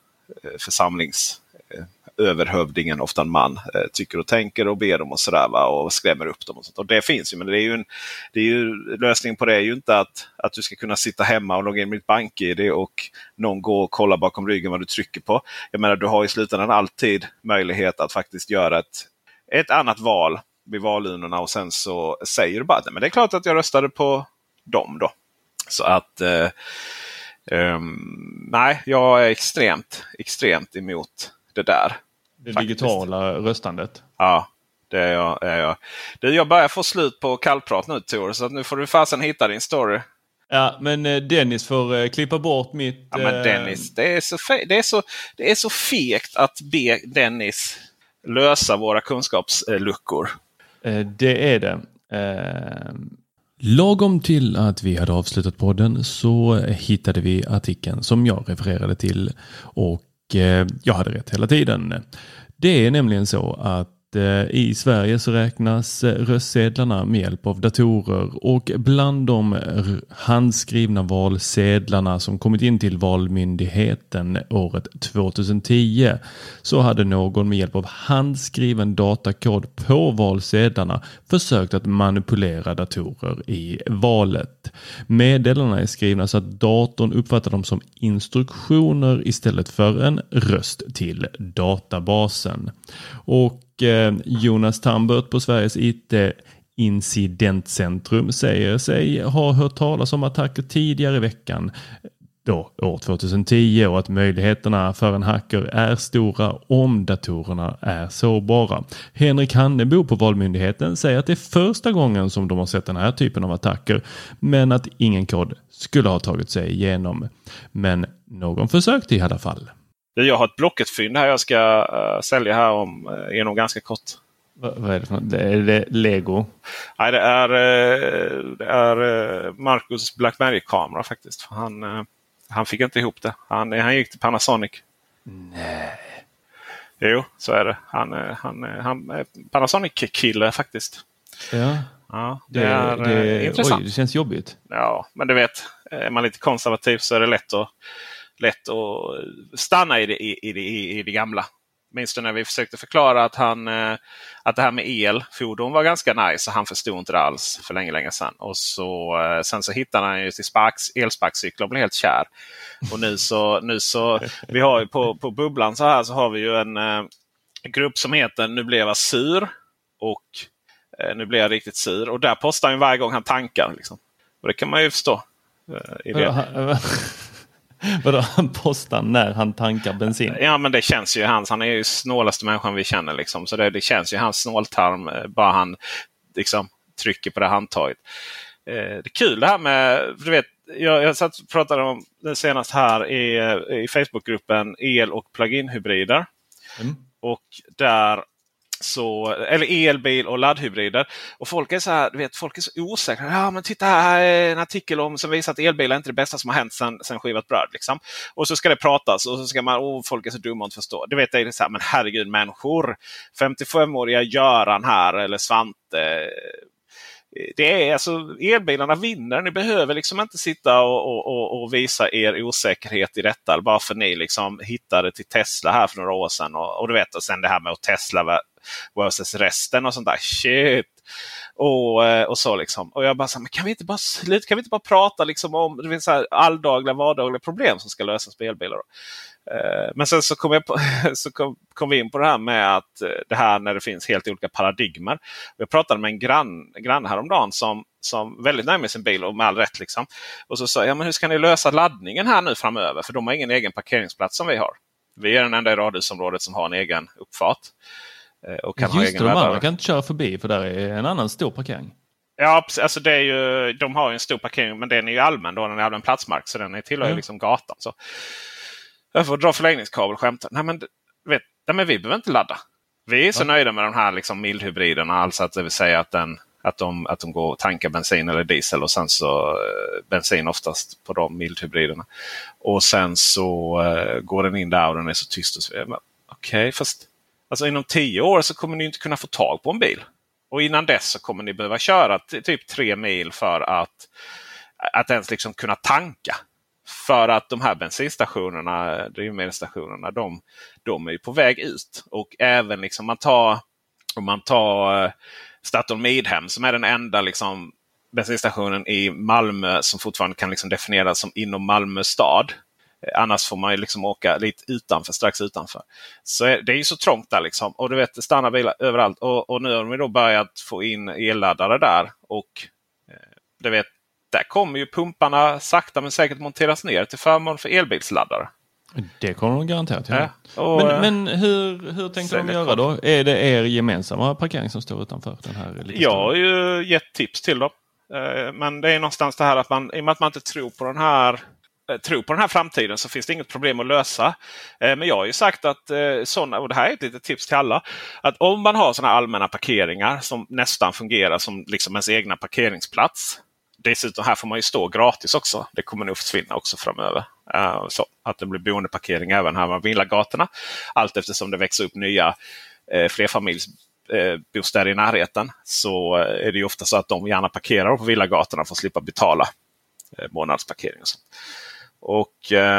[SPEAKER 4] överhövdingen, ofta en man, tycker och tänker och ber dem och sådär, va, och skrämmer upp dem och sånt. Och det finns ju, men det är ju lösningen på det är ju inte att du ska kunna sitta hemma och logga in med ditt bank-ID och någon går och kollar bakom ryggen vad du trycker på. Jag menar, du har i slutändan alltid möjlighet att faktiskt göra ett annat val vid valurnorna och sen så säger du bara, men det är klart att jag röstade på dem då. Så att nej, jag är extremt emot det där.
[SPEAKER 5] Det digitala röstandet.
[SPEAKER 4] Ja, det är jag. Jag börjar få slut på kallprat nu, Tor, så att nu får du fasen hitta din story.
[SPEAKER 5] Ja, men Dennis får klippa bort mitt...
[SPEAKER 4] Ja, men Dennis, det är så fegt att be Dennis lösa våra kunskapsluckor.
[SPEAKER 5] Det är det. Lagom till att vi hade avslutat podden så hittade vi artikeln som jag refererade till och jag hade rätt hela tiden. Det är nämligen så att i Sverige så räknas röstsedlarna med hjälp av datorer och bland de handskrivna valsedlarna som kommit in till Valmyndigheten året 2010 så hade någon med hjälp av handskriven datakod på valsedlarna försökt att manipulera datorer i valet. Meddelarna är skrivna så att datorn uppfattar dem som instruktioner istället för en röst till databasen. Och Jonas Tambert på Sveriges IT-incidentcentrum säger sig ha hört talas om attacker tidigare i veckan, då år 2010, och att möjligheterna för en hacker är stora om datorerna är sårbara. Henrik Hannebo på Valmyndigheten säger att det är första gången som de har sett den här typen av attacker, men att ingen kod skulle ha tagit sig igenom. Men någon försökte i alla fall.
[SPEAKER 4] Jag har ett Blocket-fynd här jag ska sälja här inom ganska kort.
[SPEAKER 5] Vad är det för något? Är det Lego?
[SPEAKER 4] Nej, det är Marcus Blackberry-kamera faktiskt. Han fick inte ihop det. Han gick till Panasonic.
[SPEAKER 5] Nej.
[SPEAKER 4] Jo, så är det. Han Panasonic-kille faktiskt.
[SPEAKER 5] Ja.
[SPEAKER 4] Ja, det är intressant.
[SPEAKER 5] Oj, det känns jobbigt.
[SPEAKER 4] Ja, men du vet, är man lite konservativ så är det lätt att stanna i det gamla. Minns du när vi försökte förklara att det här med elfordon var ganska nice, och han förstod inte det alls för länge sedan. Och sen så hittade han ju till elsparkcyklar och blev helt kär. Och nu så vi har ju på bubblan så har vi ju en grupp som heter Nu blev jag sur, och nu blev jag riktigt sur, och där postar han varje gång han tankar liksom. Och det kan man ju förstå i det.
[SPEAKER 5] Vadå, han postar när han tankar bensin?
[SPEAKER 4] Ja, men det känns ju han är ju snålaste människan vi känner liksom. Så det känns ju hans snåltarm bara han liksom trycker på det handtaget. Det är kul det här med, du vet, jag satt och pratade om det senast här i Facebookgruppen el- och plug-in hybrider. Och där Så, eller elbil och laddhybrider. Och folk är så här, folk är så osäkra. Ja, men titta, här är en artikel om som visar att elbilar är inte det bästa som har hänt sen skivat bröd. Liksom. Och så ska det pratas och så ska man, folk är så dumma att inte förstå. Det vet jag, det är så här, men herregud människor. 55-åriga Göran här eller Svante. Det är alltså, elbilarna vinner. Ni behöver liksom inte sitta och visa er osäkerhet i detta. Bara för ni liksom hittade till Tesla här för några år sedan. Och du vet, och sen det här med att Tesla versus resten och sånt där. Shit. Och så liksom. Och jag bara så här, men kan vi inte bara sluta? Kan vi inte bara prata liksom om det finns så här alldagliga, vardagliga problem som ska lösas med elbilar då? Men sen så kom vi in på det här med att det här när det finns helt olika paradigmer. Jag pratade med en grann häromdagen som väldigt nöjd med sin bil och med all rätt liksom. Och så sa jag, men hur ska ni lösa laddningen här nu framöver? För de har ingen egen parkeringsplats som vi har. Vi är den enda i radhusområdet som har en egen uppfart. Och kan ha egen
[SPEAKER 5] laddare. Man kan inte köra förbi för där är en annan stor parkering.
[SPEAKER 4] Ja, alltså det är ju, de har ju en stor parkering men den är ju allmän då, den är allmän platsmark så den tillhör ju liksom gatan. Så. Jag får dra förlängningskabel och skämta. Nej men vi behöver inte ladda. Vi är så nöjda med de här liksom mildhybriderna. Alltså att det vill säga att de går och tankar bensin eller diesel. Och sen så bensin oftast på de mildhybriderna. Och sen så går den in där och den är så tyst. Och så. Okej, fast alltså inom 10 år så kommer ni inte kunna få tag på en bil. Och innan dess så kommer ni behöva köra typ 3 mil för att ens liksom kunna tanka. För att de här bensinstationerna, drivmedelsstationerna, de är ju på väg ut. Och även liksom om man tar Statoil Midhem som är den enda liksom bensinstationen i Malmö som fortfarande kan liksom definieras som inom Malmö stad. Annars får man ju liksom åka lite strax utanför. Så det är ju så trångt där liksom. Och du vet, det stannar bilar överallt. Och nu har de då börjat få in elladdare där. Och du vet, där kommer ju pumparna sakta men säkert monteras ner till förmån för elbilsladdare.
[SPEAKER 5] Det kommer de garanterat göra. Ja. Men hur tänkte de göra då? Är det er gemensamma parkering som står utanför den här?
[SPEAKER 4] Jag har ju gett tips till dem. Men det är någonstans det här att i och med att man inte tror på den här framtiden så finns det inget problem att lösa. Men jag har ju sagt att sådana, och det här är ett litet tips till alla, att om man har sådana allmänna parkeringar som nästan fungerar som liksom ens egna parkeringsplats. Dessutom här får man ju stå gratis också. Det kommer nog försvinna också framöver. Så att det blir boendeparkering även här med villagatorna. Allt eftersom det växer upp nya flerfamiljsbostäder i närheten så är det ju ofta så att de gärna parkerar på villagatorna för att slippa betala månadsparkering och sånt. Och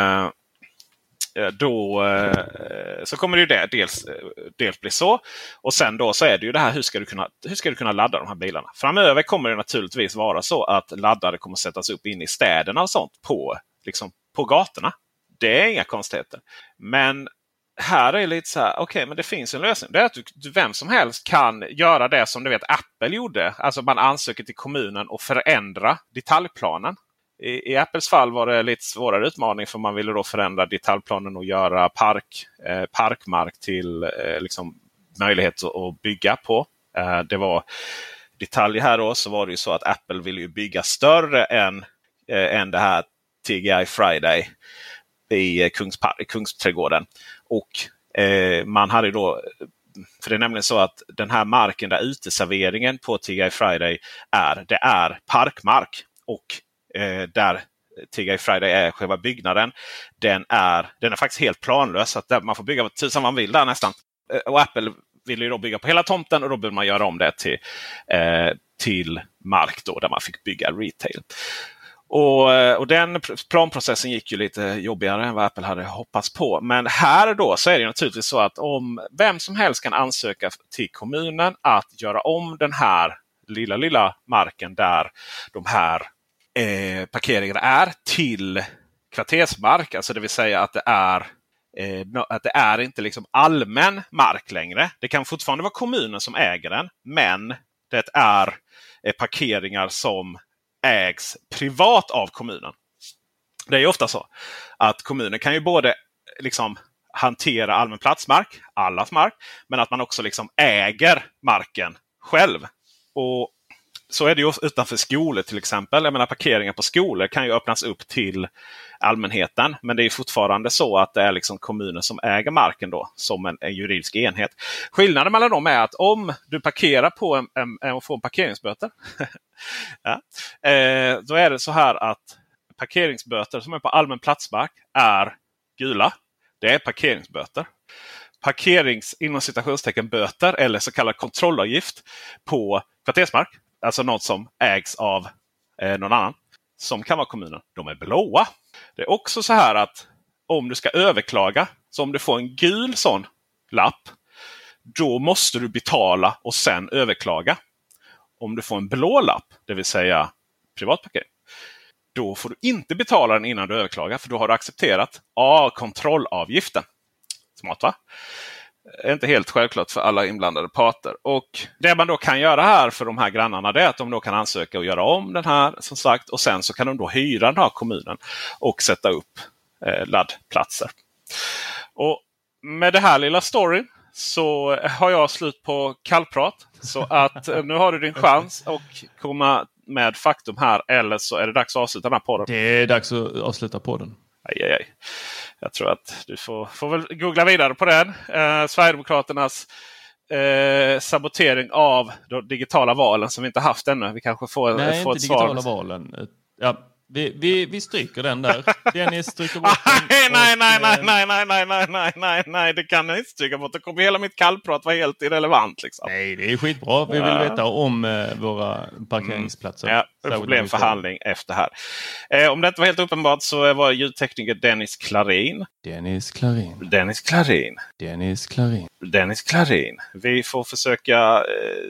[SPEAKER 4] då så kommer det ju det dels bli så. Och sen då så är det ju det här, hur ska du kunna ladda de här bilarna? Framöver kommer det naturligtvis vara så att laddare kommer sättas upp in i städerna och sånt på gatorna. Det är inga konstigheter. Men här är lite så här, okej, men det finns en lösning. Det är att vem som helst kan göra det som du vet Apple gjorde. Alltså man ansöker till kommunen och förändra detaljplanen. I Apples fall var det lite svårare utmaning för man ville då förändra detaljplanen och göra parkmark till liksom möjlighet att bygga på. Det var detaljer här då, så var det ju så att Apple ville ju bygga större än det här TGI Friday i Kungsträdgården. Och man hade då, för det är nämligen så att den här marken där uteserveringen på TGI Friday det är parkmark. Och där TGI Friday är själva byggnaden, den är faktiskt helt planlös. Så att man får bygga vad tusan man vill där nästan. Och Apple ville ju då bygga på hela tomten och då behöver man göra om det till mark då, där man fick bygga retail. Och den planprocessen gick ju lite jobbigare än vad Apple hade hoppats på. Men här då så är det naturligtvis så att om vem som helst kan ansöka till kommunen att göra om den här lilla marken där de här parkeringarna är till kvartersmark. Alltså det vill säga att det är inte liksom allmän mark längre. Det kan fortfarande vara kommunen som äger den, men det är parkeringar som ägs privat av kommunen. Det är ju ofta så att kommunen kan ju både liksom hantera allmän platsmark, allas mark, men att man också liksom äger marken själv. Och Så är det ju utanför skolor till exempel. Jag menar, parkeringar på skolor kan ju öppnas upp till allmänheten. Men det är fortfarande så att det är liksom kommunen som äger marken då, som en juridisk enhet. Skillnaden mellan dem är att om du parkerar på och får en parkeringsböter ja, då är det så här att parkeringsböter som är på allmän platsmark är gula. Det är parkeringsböter. Inom citationstecken böter eller så kallad kontrollavgift på kvartersmark, alltså något som ägs av någon annan, som kan vara kommunen, de är blåa. Det är också så här att om du ska överklaga, så om du får en gul sån lapp, då måste du betala och sen överklaga. Om du får en blå lapp, det vill säga privatparkering, då får du inte betala den innan du överklagar, för då har du accepterat kontrollavgiften. Smart, va? Det är inte helt självklart för alla inblandade parter. Och det man då kan göra här för de här grannarna, det är att de då kan ansöka och göra om den här, som sagt. Och sen så kan de då hyra den här kommunen och sätta upp laddplatser. Och med det här lilla storyn så har jag slut på kallprat. Så att nu har du din chans att komma med faktum här, eller så är det dags att avsluta den här podden.
[SPEAKER 5] Det är dags att avsluta podden.
[SPEAKER 4] Aj. Jag tror att du får väl googla vidare på den. Sverigedemokraternas sabotering av de digitala valen som vi inte haft ännu. Vi kanske får ett svar.
[SPEAKER 5] Digitala valen. Ja, vi stryker den där. Dennis stryker bort den.
[SPEAKER 4] Nej, det kan jag inte stryka bort. Då kommer hela mitt kallprat vara helt irrelevant. Liksom.
[SPEAKER 5] Nej, det är skitbra. Vi vill veta om våra parkeringsplatser.
[SPEAKER 4] Ja, problemförhandling efter här. Om det inte var helt uppenbart så var ljudtekniker Dennis Klarin. Vi får försöka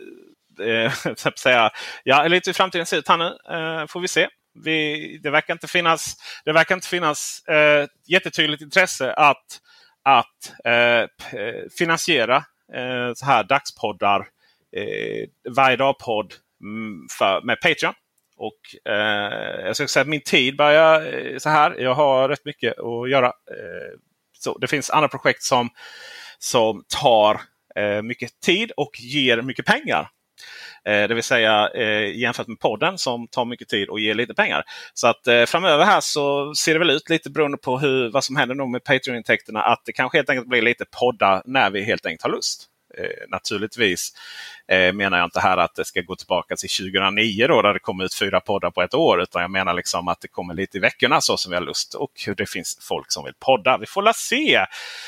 [SPEAKER 4] säga, lite i framtiden ser ut här nu. Får vi se. Det verkar inte finnas jättetydligt intresse att finansiera så här dagspoddar, varje dag podd med Patreon. Och jag ska säga att min tid börjar så här. Jag har rätt mycket att göra. Så det finns andra projekt som tar mycket tid och ger mycket pengar. Det vill säga jämfört med podden som tar mycket tid och ger lite pengar. Så att framöver här så ser det väl ut lite beroende på vad som händer med Patreon-intäkterna, att det kanske helt enkelt blir lite poddar när vi helt enkelt har lust. Naturligtvis menar jag inte här att det ska gå tillbaka till 2009 då, där det kommer ut 4 poddar på ett år, utan jag menar liksom att det kommer lite i veckorna så som vi har lust, och det finns folk som vill podda. Vi får la se.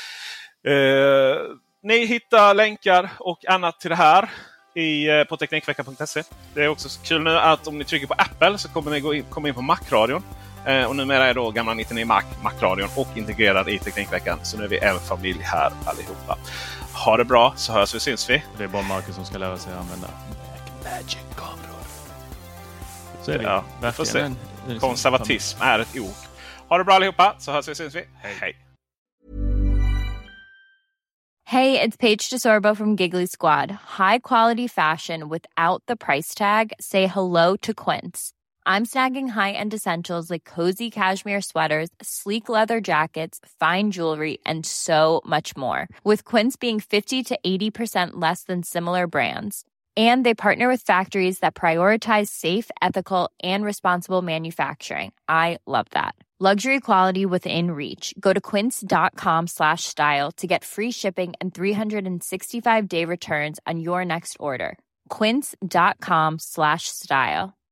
[SPEAKER 4] Ni hittar länkar och annat till det här på teknikveckan.se. Det är också kul nu att om ni trycker på Apple så kommer ni komma in på Mac-radion. Och numera är då gamla 99 Mac-radion och integrerad i Teknikveckan. Så nu är vi en familj här allihopa. Ha det bra, så hörs vi, syns vi.
[SPEAKER 5] Det är bara Marcus som ska lära sig att använda Magic-kameror. Så är det.
[SPEAKER 4] Ja, verkligen. Konservatism är ett ord. Ha det bra allihopa, så hörs vi, syns vi. Hej.
[SPEAKER 11] Hey, it's Paige DeSorbo from Giggly Squad. High quality fashion without the price tag. Say hello to Quince. I'm snagging high-end essentials like cozy cashmere sweaters, sleek leather jackets, fine jewelry, and so much more. With Quince being 50 to 80% less than similar brands. And they partner with factories that prioritize safe, ethical, and responsible manufacturing. I love that. Luxury quality within reach. Go to quince.com/style to get free shipping and 365-day returns on your next order. Quince.com/style.